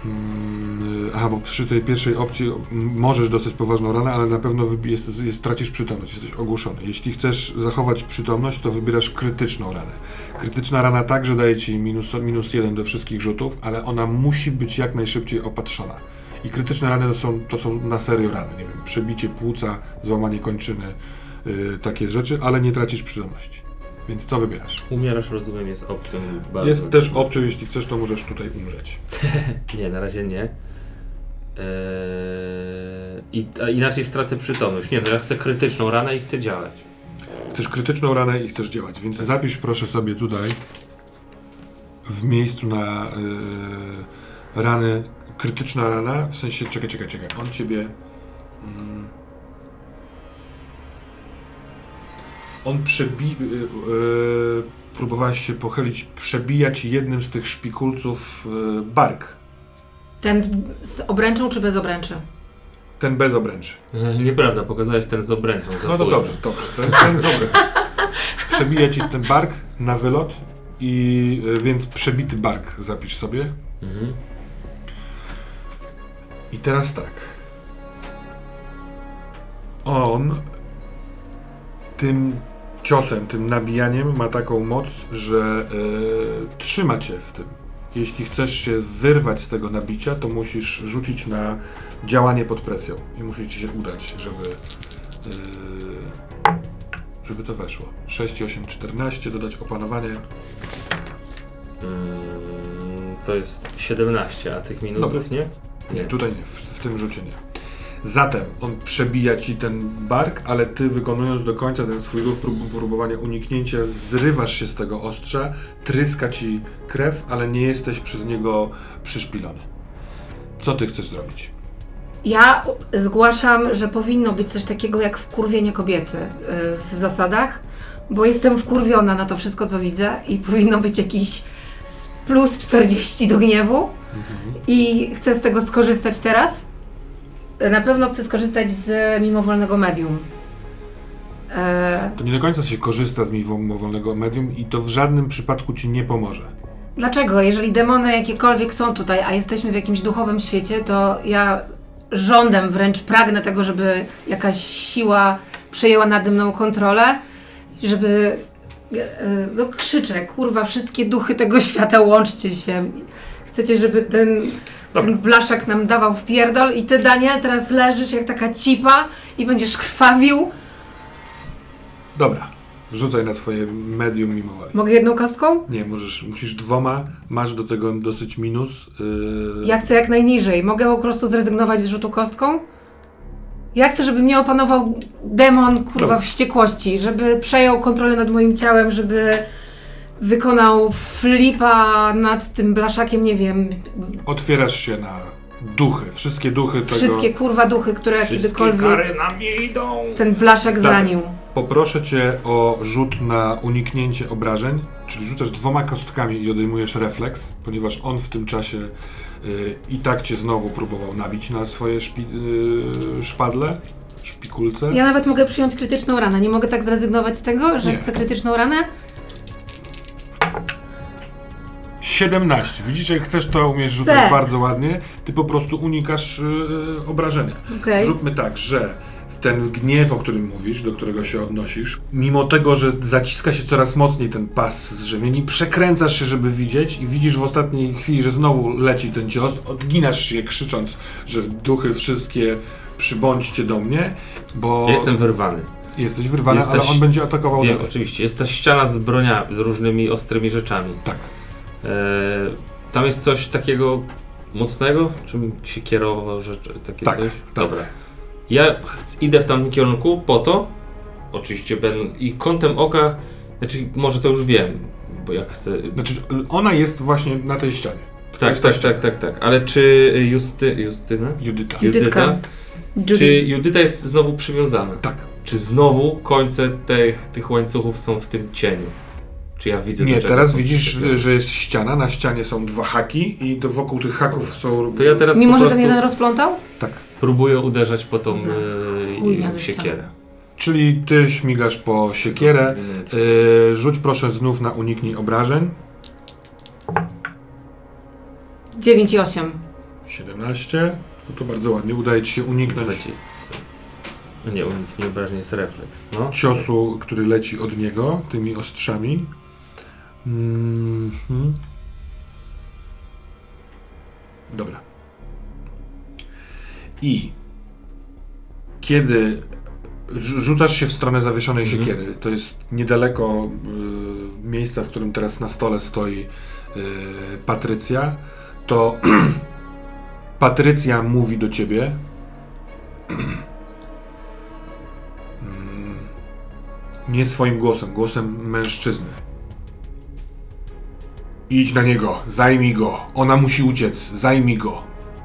Mm, aha, bo przy tej pierwszej opcji m, możesz dostać poważną ranę, ale na pewno wybi- jest, jest, tracisz przytomność, jesteś ogłuszony. Jeśli chcesz zachować przytomność, to wybierasz krytyczną ranę. Krytyczna rana także daje ci minus, minus jeden do wszystkich rzutów, ale ona musi być jak najszybciej opatrzona. I krytyczne rany to są, to są na serio rany, nie wiem, przebicie płuca, złamanie kończyny, yy, takie rzeczy, ale nie tracisz przytomności. Więc co wybierasz? Umierasz, rozumiem, jest opcją bardzo... Jest też opcją, jeśli chcesz, to możesz tutaj umrzeć. Nie, na razie nie. Eee, i, a inaczej stracę przytomność. Nie, no ja chcę krytyczną ranę i chcę działać. Chcesz krytyczną ranę i chcesz działać, więc zapisz proszę sobie tutaj w miejscu na yy, rany, krytyczna rana, w sensie, czekaj, czekaj, czekaj, on ciebie... Mm, on przebi... Yy, yy, próbowałeś się pochylić, przebijać jednym z tych szpikulców yy, bark. Ten z, z obręczą czy bez obręczy? Ten bez obręczy. Nieprawda, pokazałeś ten z obręczą. No to dobrze, dobrze. Ten, ten z obręczy. Przebija ci ten bark na wylot i yy, więc przebity bark zapisz sobie. Mhm. I teraz tak. On tym ciosem, tym nabijaniem ma taką moc, że yy, trzyma cię w tym. Jeśli chcesz się wyrwać z tego nabicia, to musisz rzucić na działanie pod presją. I musi ci się udać, żeby yy, żeby to weszło. sześć, osiem, czternaście, dodać opanowanie. Mm, to jest siedemnaście, a tych minusów Dobra. nie? Nie, tutaj nie, w, w tym rzucie nie. Zatem on przebija ci ten bark, ale ty wykonując do końca ten swój ruch prób, próbowania uniknięcia, zrywasz się z tego ostrza, tryska ci krew, ale nie jesteś przez niego przyszpilony. Co ty chcesz zrobić? Ja zgłaszam, że powinno być coś takiego jak wkurwienie kobiety yy, w zasadach, bo jestem wkurwiona na to wszystko, co widzę i powinno być jakiś plus czterdzieści do gniewu mhm. i chcę z tego skorzystać teraz. Na pewno chcę skorzystać z mimowolnego medium. E... To nie do końca się korzysta z mimowolnego medium i to w żadnym przypadku ci nie pomoże. Dlaczego? Jeżeli demony jakiekolwiek są tutaj, a jesteśmy w jakimś duchowym świecie, to ja żądem wręcz pragnę tego, żeby jakaś siła przejęła nade mną kontrolę, żeby... No krzyczę, kurwa, wszystkie duchy tego świata, łączcie się. Chcecie, żeby ten... Ten blaszak nam dawał w pierdol i ty, Daniel, teraz leżysz jak taka cipa i będziesz krwawił. Dobra, rzucaj na twoje medium mimowolne. Mogę jedną kostką? Nie, możesz, musisz dwoma, masz do tego dosyć minus. Yy... Ja chcę jak najniżej. Mogę po prostu zrezygnować z rzutu kostką? Ja chcę, żeby mnie opanował demon, kurwa, Dobra. wściekłości, żeby przejął kontrolę nad moim ciałem, żeby... wykonał flipa nad tym blaszakiem, nie wiem. Otwierasz się na duchy, wszystkie duchy tego... Wszystkie kurwa duchy, które kiedykolwiek kary na mnie idą. Ten blaszak Zatem zranił. Poproszę cię o rzut na uniknięcie obrażeń, czyli rzucasz dwoma kostkami i odejmujesz refleks, ponieważ on w tym czasie y, i tak cię znowu próbował nabić na swoje szpi, y, szpadle, szpikulce. Ja nawet mogę przyjąć krytyczną ranę. Nie mogę tak zrezygnować z tego, że Nie. chcę krytyczną ranę? siedemnaście. Widzisz, jak chcesz, to umiesz rzucać Chcę. bardzo ładnie. Ty po prostu unikasz yy, obrażenia. Okay. Zróbmy tak, że ten gniew, o którym mówisz, do którego się odnosisz, mimo tego, że zaciska się coraz mocniej ten pas z rzemieni, przekręcasz się, żeby widzieć i widzisz w ostatniej chwili, że znowu leci ten cios, odginasz się krzycząc, że duchy wszystkie przybądźcie do mnie, bo... Ja jestem wyrwany. Jesteś wyrwany, jest ale ta... on będzie atakował Wiem, dalej. oczywiście. Jest ta ściana z broniami, z różnymi ostrymi rzeczami. Tak. E, tam jest coś takiego mocnego, czym się kierował, że takie tak, coś? Tak. Dobra. Ja ch- idę w tamtym kierunku po to, oczywiście będąc i kątem oka, znaczy może to już wiem, bo jak chcę... Znaczy, ona jest właśnie na tej ścianie. To Tak, jest tak, ta ściana. tak, tak, tak. Ale czy Justy, Justyna? Judyta. Judytka. Czy Judyta jest znowu przywiązana? Tak. Czy znowu końce tych, tych łańcuchów są w tym cieniu? Czy ja widzę... Nie, do czego teraz są widzisz, przywiązane? że jest ściana, na ścianie są dwa haki i to wokół tych haków są... To ja teraz Mimo, po że prostu ten jeden rozplątał? Tak. próbuję uderzać po tą Za e, chujnia ze siekierę. Czyli ty śmigasz po siekierę. Yy, rzuć proszę znów na uniknij obrażeń. dziewięć i osiem. siedemnaście. No to bardzo ładnie. Udaje ci się uniknąć Leci. No nie, uniknie obrażeń jest refleks. No. ciosu, który leci od niego, tymi ostrzami. Mhm. Dobra. I kiedy rzu- rzucasz się w stronę zawieszonej Mhm. siekiery, to jest niedaleko y, miejsca, w którym teraz na stole stoi y, Patrycja, to Patrycja mówi do ciebie. Mm, nie swoim głosem, głosem mężczyzny. Idź na niego, zajmij go. Ona musi uciec, zajmij go.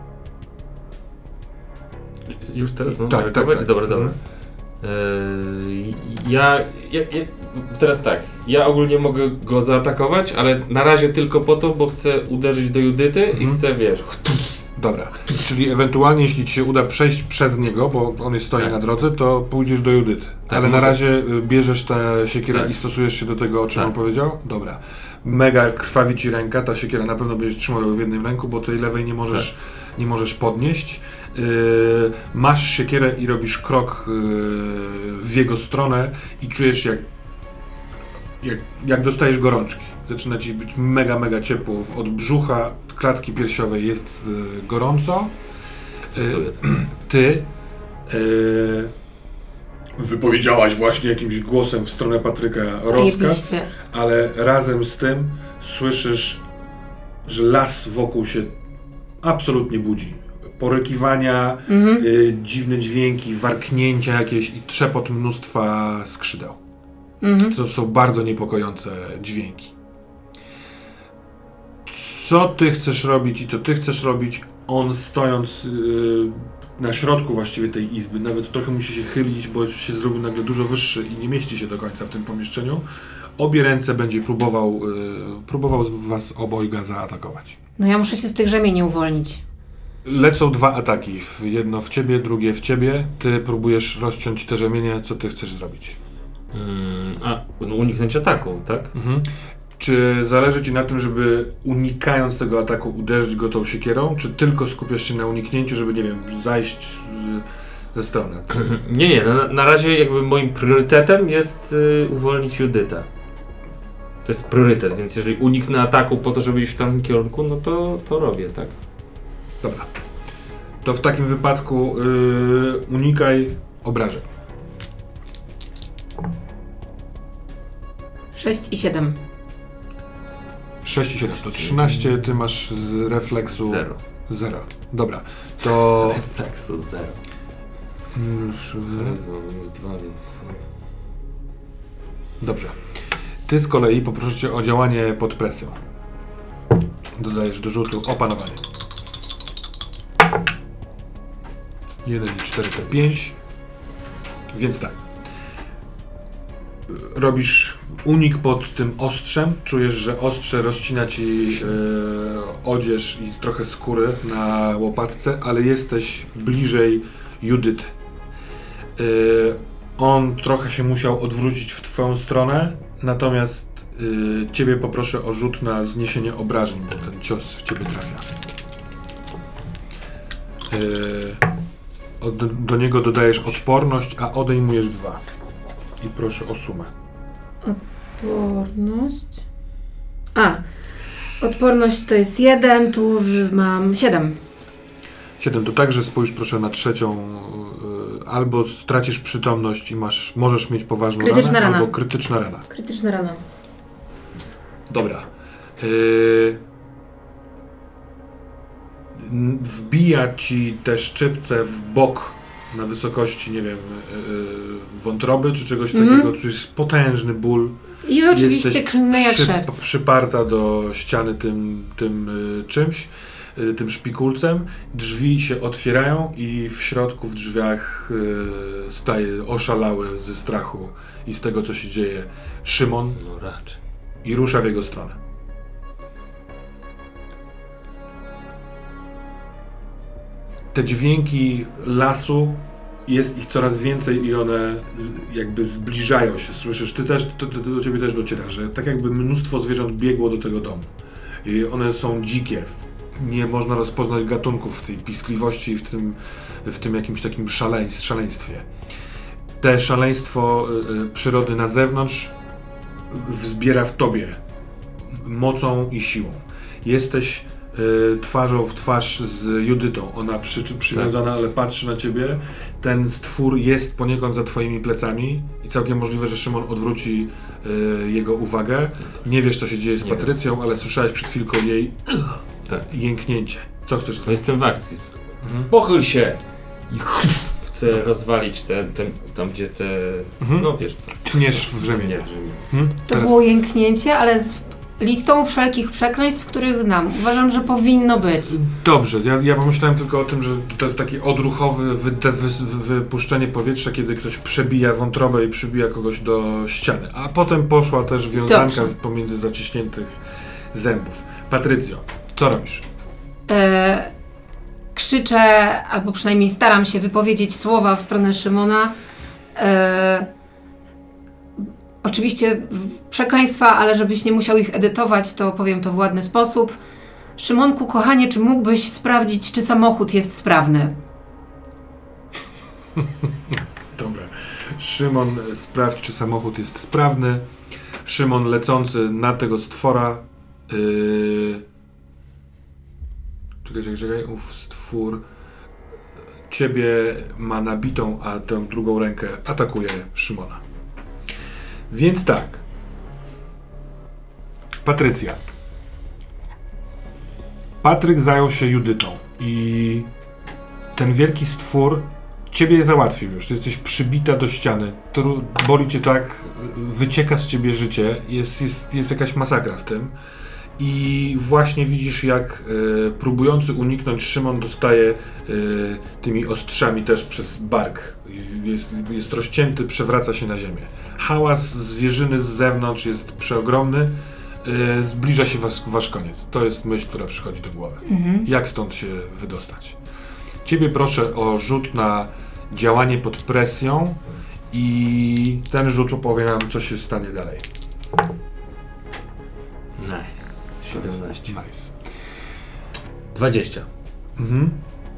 Już teraz? No, Tak, tak, reagować? tak. Dobra, dobra. Eee, ja, ja, ja... Teraz tak. Ja ogólnie mogę go zaatakować, ale na razie tylko po to, bo chcę uderzyć do Judyty i Mhm. chcę, wiesz... Dobra, czyli ewentualnie jeśli ci się uda przejść przez niego, bo on jest stoi Tak. na drodze, to pójdziesz do Judyty. Tak, Ale na mogę. razie y, bierzesz tę siekierę Tak. i stosujesz się do tego, o czym Tak. on powiedział? Dobra. Mega krwawi ci ręka, ta siekiera na pewno będziesz trzymał w jednym ręku, bo tej lewej nie możesz, nie możesz podnieść. Yy, masz siekierę i robisz krok yy, w jego stronę i czujesz jak, jak, jak dostajesz gorączki. Zaczyna ci być mega, mega ciepło. Od brzucha, klatki piersiowej jest yy, gorąco. Akceptuję to. Ty yy, wypowiedziałaś właśnie jakimś głosem w stronę Patryka rozkaz, Zajebiście. ale razem z tym słyszysz, że las wokół się absolutnie budzi. Porykiwania, Mhm. y, dziwne dźwięki, warknięcia jakieś i trzepot mnóstwa skrzydeł. Mhm. To są bardzo niepokojące dźwięki. Co ty chcesz robić i co ty chcesz robić? On stojąc yy, na środku właściwie tej izby, nawet trochę musi się chylić, bo się zrobił nagle dużo wyższy i nie mieści się do końca w tym pomieszczeniu. Obie ręce będzie próbował, yy, próbował was obojga zaatakować. No ja muszę się z tych rzemieni uwolnić. Lecą dwa ataki. Jedno w ciebie, drugie w ciebie. Ty próbujesz rozciąć te rzemienie. Co ty chcesz zrobić? Mm, a, no uniknąć ataku, tak? Mhm. Czy zależy ci na tym, żeby unikając tego ataku uderzyć go tą siekierą, czy tylko skupiasz się na uniknięciu, żeby, nie wiem, zajść y, ze strony? Nie, nie, na, na razie jakby moim priorytetem jest y, uwolnić Judytę. To jest priorytet, więc jeżeli uniknę ataku po to, żeby iść w tamtym kierunku, no to, to robię, tak? Dobra. To w takim wypadku y, unikaj obrażeń. sześć i siedem. sześć i siedem to trzynaście, ty masz z refleksu Zero. zero. Dobra, to... Refleksu zero. Charyzma minus dwa, więc w sumie... Dobrze. Ty z kolei poproszę cię o działanie pod presją. Dodajesz do rzutu opanowanie. jeden i cztery to pięć. Więc tak. Robisz unik pod tym ostrzem. Czujesz, że ostrze rozcina ci e, odzież i trochę skóry na łopatce, ale jesteś bliżej Judyty. E, on trochę się musiał odwrócić w twoją stronę, natomiast y, ciebie poproszę o rzut na zniesienie obrażeń, bo ten cios w ciebie trafia. Y, od, do niego dodajesz odporność, a odejmujesz dwa. I proszę o sumę. Odporność. A. Odporność to jest jeden, tu w- mam siedem. siedem to także spójrz proszę na trzecią. Y, albo stracisz przytomność i masz, możesz mieć poważną Krytyczna ranę, rana. albo krytyczna rana. Krytyczna rana. Dobra. Yy... N- Wbija ci te szczypce w bok na wysokości, nie wiem, yy, wątroby czy czegoś Mhm. takiego. To jest potężny ból. I oczywiście Jesteś klnę jak przy- szewc. przyparta do ściany tym, tym yy, czymś, yy, tym szpikulcem. Drzwi się otwierają i w środku w drzwiach yy, staje oszalały ze strachu i z tego, co się dzieje, Szymon No raczej. i rusza w jego stronę. Te dźwięki lasu, jest ich coraz więcej i one z, jakby zbliżają się. Słyszysz, ty też, to, to, to do ciebie też dociera, że tak jakby mnóstwo zwierząt biegło do tego domu. I one są dzikie, nie można rozpoznać gatunków w tej piskliwości i w tym, w tym jakimś takim szaleństw, szaleństwie. Te szaleństwo y, przyrody na zewnątrz wzbiera w tobie mocą i siłą. Jesteś y, twarzą w twarz z Judytą. Ona przy, przywiązana, tak. ale patrzy na ciebie. Ten stwór jest poniekąd za twoimi plecami i całkiem możliwe, że Szymon odwróci y, jego uwagę. Nie wiesz, co się dzieje z Nie Patrycją, wiem. ale słyszałeś przed chwilką jej tak. jęknięcie. Co chcesz zrobić? No jestem w akcji. Mhm. Pochyl się! I chcę rozwalić te, te, tam, gdzie te... Mhm. No wiesz co. Tniesz w rzemieniu. Mhm. To Teraz... było jęknięcie, ale z listą wszelkich przekleństw, których znam. Uważam, że powinno być. Dobrze, ja, ja pomyślałem tylko o tym, że to takie odruchowe wy, wy, wypuszczenie powietrza, kiedy ktoś przebija wątrobę i przybija kogoś do ściany. A potem poszła też wiązanka z, pomiędzy zaciśniętych zębów. Patrycjo, co robisz? E, krzyczę, albo przynajmniej staram się wypowiedzieć słowa w stronę Szymona. E, Oczywiście przekleństwa, ale żebyś nie musiał ich edytować, to powiem to w ładny sposób. Szymonku, kochanie, czy mógłbyś sprawdzić, czy samochód jest sprawny? Dobra. Szymon, sprawdź, czy samochód jest sprawny. Szymon lecący na tego stwora. Yy... Czekaj, czekaj, czekaj. Uf, stwór. Ciebie ma nabitą, a tę drugą rękę atakuje Szymona. Więc tak. Patrycja. Patryk zajął się Judytą i ten wielki stwór ciebie załatwił już. Ty jesteś przybita do ściany. To boli cię tak, wycieka z ciebie życie. Jest, jest, jest jakaś masakra w tym. I właśnie widzisz, jak y, próbujący uniknąć Szymon dostaje y, tymi ostrzami też przez bark. Jest, jest rozcięty, przewraca się na ziemię. Hałas zwierzyny z zewnątrz jest przeogromny. Y, zbliża się was, wasz koniec. To jest myśl, która przychodzi do głowy. Mhm. Jak stąd się wydostać? Ciebie proszę o rzut na działanie pod presją i ten rzut opowie nam, co się stanie dalej. Nice. siedemnaście. Nice. dwadzieścia. Mhm.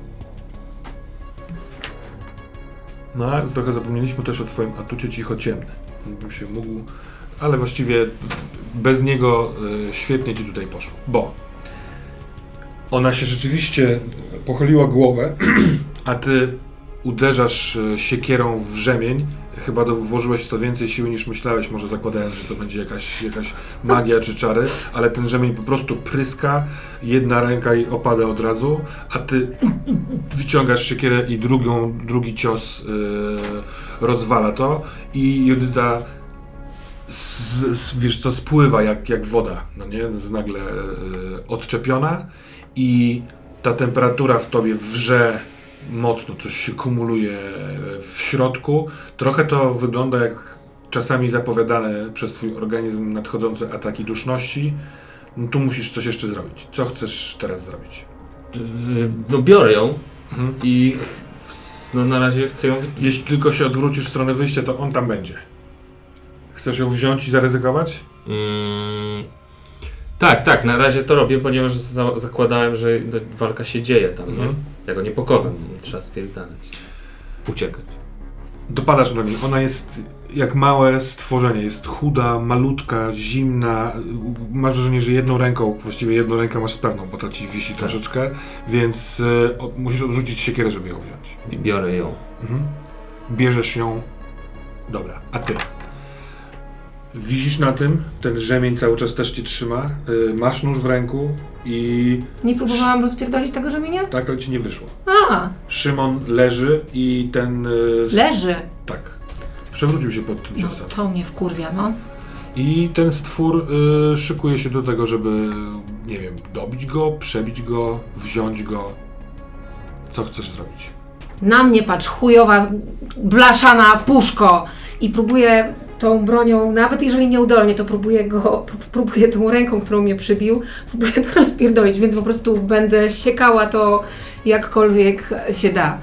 No, a trochę zapomnieliśmy też o twoim atucie cichociemny. Bym się mógł, ale właściwie bez niego y, świetnie ci tutaj poszło, bo ona się rzeczywiście pochyliła głowę, a ty uderzasz siekierą w rzemień. Chyba do, włożyłeś w to więcej siły niż myślałeś, może zakładając, że to będzie jakaś, jakaś magia czy czary, ale ten rzemień po prostu pryska, jedna ręka i opada od razu, a ty wyciągasz siekierę i drugą, drugi cios yy, rozwala to i Judyta z, z, wiesz co, spływa jak, jak woda, no nie, jest nagle yy, odczepiona i ta temperatura w tobie wrze mocno, coś się kumuluje w środku. Trochę to wygląda jak czasami zapowiadane przez twój organizm nadchodzące ataki duszności. No tu musisz coś jeszcze zrobić. Co chcesz teraz zrobić? No biorę ją mhm. i no, na razie chcę ją... Jeśli tylko się odwrócisz w stronę wyjścia, to on tam będzie. Chcesz ją wziąć i zaryzykować? Mm, tak, tak, na razie to robię, ponieważ za- zakładałem, że walka się dzieje tam, mhm. nie? Ja go nie pokonam, trzeba spierdalać. Uciekać. Dopadasz na niej. Ona jest jak małe stworzenie. Jest chuda, malutka, zimna. Masz wrażenie, że jedną ręką, właściwie jedną rękę masz sprawną, bo ta ci wisi tak. troszeczkę, więc y, o, musisz odrzucić siekierę, żeby ją wziąć. I biorę ją. Mhm. Bierzesz ją. Dobra, a ty? Wisisz na tym, ten rzemień cały czas też cię trzyma, y, masz nóż w ręku i... Nie próbowałam rozpierdolić tego rzemienia? Tak, ale ci nie wyszło. A. Szymon leży i ten... Y, leży? Tak. Przewrócił się pod tym ciosem. No, to mnie wkurwia, no. I ten stwór y, szykuje się do tego, żeby, nie wiem, dobić go, przebić go, wziąć go. Co chcesz zrobić? Na mnie patrz, chujowa, blaszana puszko! I próbuję tą bronią, nawet jeżeli nieudolnie, to próbuję go, próbuję tą ręką, którą mnie przybił, próbuję to rozpierdolić, więc po prostu będę siekała to jakkolwiek się da.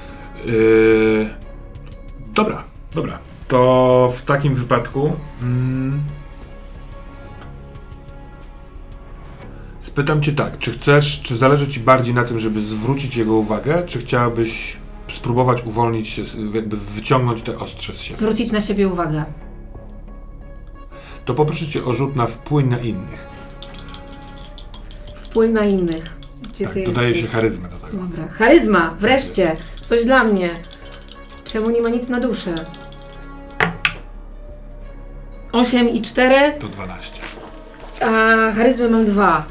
Yy, dobra, dobra. To w takim wypadku mm, Spytam cię tak, czy chcesz, czy zależy ci bardziej na tym, żeby zwrócić jego uwagę, czy chciałabyś spróbować uwolnić się, jakby wyciągnąć te ostrze z siebie? Zwrócić na siebie uwagę. To poproszę cię o rzut na wpływ na innych. Wpływ na innych. Gdzie Tak, ty dodaje jesteś? się charyzmę do tego. Dobra. Charyzma, wreszcie. Coś dla mnie. Czemu nie ma nic na duszę? osiem i cztery, To dwanaście. a charyzmy mam dwa.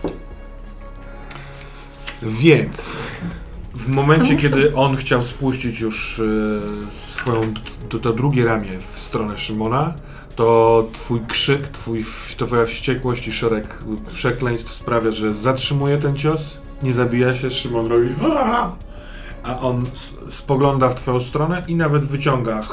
Więc w momencie, A muszę- kiedy on chciał spuścić już e, swoją, to, to drugie ramię w stronę Szymona, to twój krzyk, twój, twoja wściekłość i szereg przekleństw sprawia, że zatrzymuje ten cios, nie zabija się, Szymon robi "Aaa!", a on s- spogląda w twoją stronę i nawet wyciąga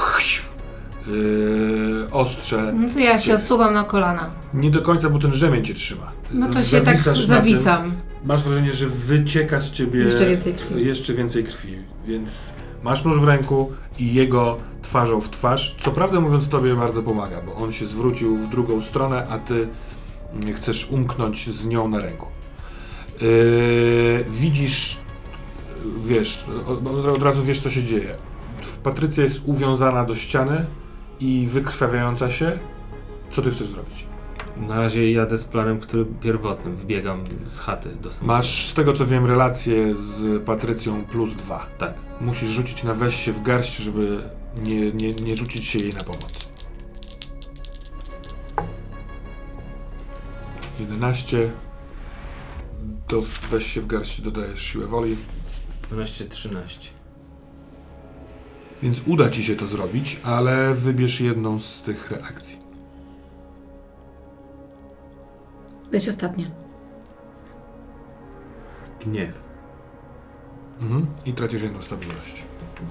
yy, ostrze. No to ja z się ciebie. osuwam na kolana. Nie do końca, bo ten rzemień cię trzyma. No to się tak Zawisasz na tym. zawisam. Masz wrażenie, że wycieka z ciebie Jeszcze więcej krwi. jeszcze więcej krwi, więc masz nóż w ręku i jego twarzą w twarz. Co prawdę mówiąc, tobie bardzo pomaga, bo on się zwrócił w drugą stronę, a ty chcesz umknąć z nią na ręku. Yy, widzisz, wiesz, od, od razu wiesz, co się dzieje. Patrycja jest uwiązana do ściany i wykrwawiająca się. Co ty chcesz zrobić? Na razie jadę z planem, który pierwotnym. Wybiegam z chaty do samochodu. Masz, z tego co wiem, relację z Patrycją plus dwa. Tak. Musisz rzucić na weź się w garść, żeby nie, nie, nie rzucić się jej na pomoc. jedenaście. Do weź się w garść dodajesz siłę woli. dwanaście trzynaście. Więc uda ci się to zrobić, ale wybierz jedną z tych reakcji. Weź ostatnie. Gniew. Mhm. I tracisz jedną stabilność.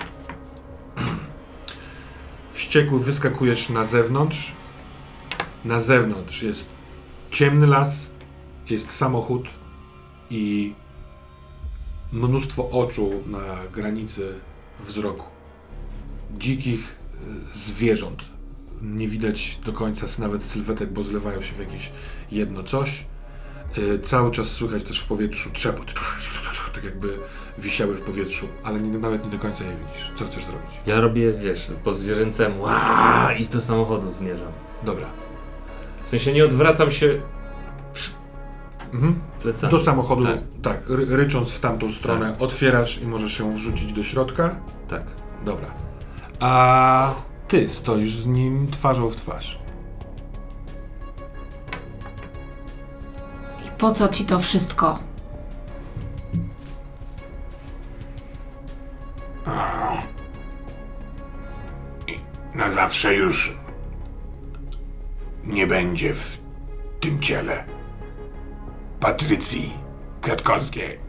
Wściekły wyskakujesz na zewnątrz. Na zewnątrz jest ciemny las, jest samochód i mnóstwo oczu na granicy wzroku. Dzikich y, zwierząt. Nie widać do końca nawet sylwetek, bo zlewają się w jakieś jedno coś. Y, cały czas słychać też w powietrzu trzepot. Tak jakby wisiały w powietrzu, ale nie, nawet nie do końca je widzisz. Co chcesz zrobić? Ja robię, wiesz, po zwierzęcemu "Aaaa!" i do samochodu zmierzam. Dobra. W sensie nie odwracam się Mhm. plecami. Do samochodu, Tak. tak, ry- rycząc w tamtą stronę, otwierasz i możesz się wrzucić do środka. Tak. Dobra. A ty stoisz z nim twarzą w twarz. I po co ci to wszystko? Na zawsze już nie będzie w tym ciele Patrycji Kwiatkowskiej.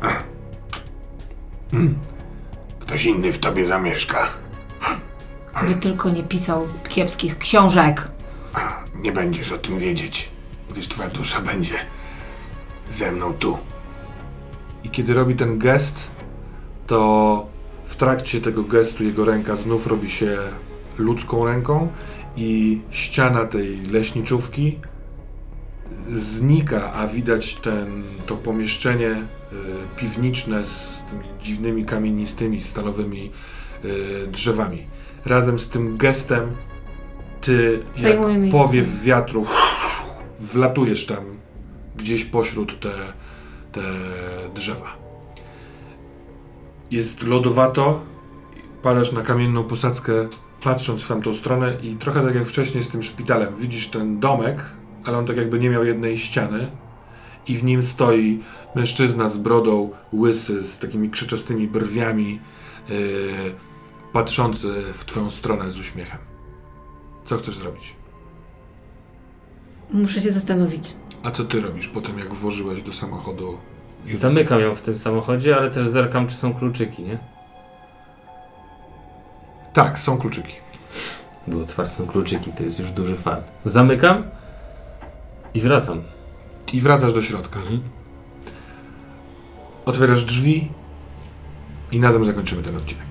Hmm. Ktoś inny w tobie zamieszka. By tylko nie pisał kiepskich książek. Nie będziesz o tym wiedzieć, gdyż twoja dusza będzie ze mną tu. I kiedy robi ten gest, to w trakcie tego gestu jego ręka znów robi się ludzką ręką i ściana tej leśniczówki znika, a widać ten, to pomieszczenie y, piwniczne z tymi dziwnymi, kamienistymi, stalowymi y, drzewami. Razem z tym gestem ty, Zajmuję jak miejsce. powiew wiatru, wlatujesz tam gdzieś pośród te, te drzewa. Jest lodowato, padasz na kamienną posadzkę, patrząc w tamtą stronę i trochę tak jak wcześniej z tym szpitalem. Widzisz ten domek, ale on tak jakby nie miał jednej ściany i w nim stoi mężczyzna z brodą, łysy, z takimi krzaczastymi brwiami, yy, patrzący w twoją stronę z uśmiechem. Co chcesz zrobić? Muszę się zastanowić. A co ty robisz po tym, jak włożyłeś do samochodu? Zamykam ją w tym samochodzie, ale też zerkam, czy są kluczyki, nie? Tak, są kluczyki. Bo otwarte są kluczyki, to jest już duży fart. Zamykam i wracam. I wracasz do środka. Mhm. Otwierasz drzwi i na tym zakończymy ten odcinek.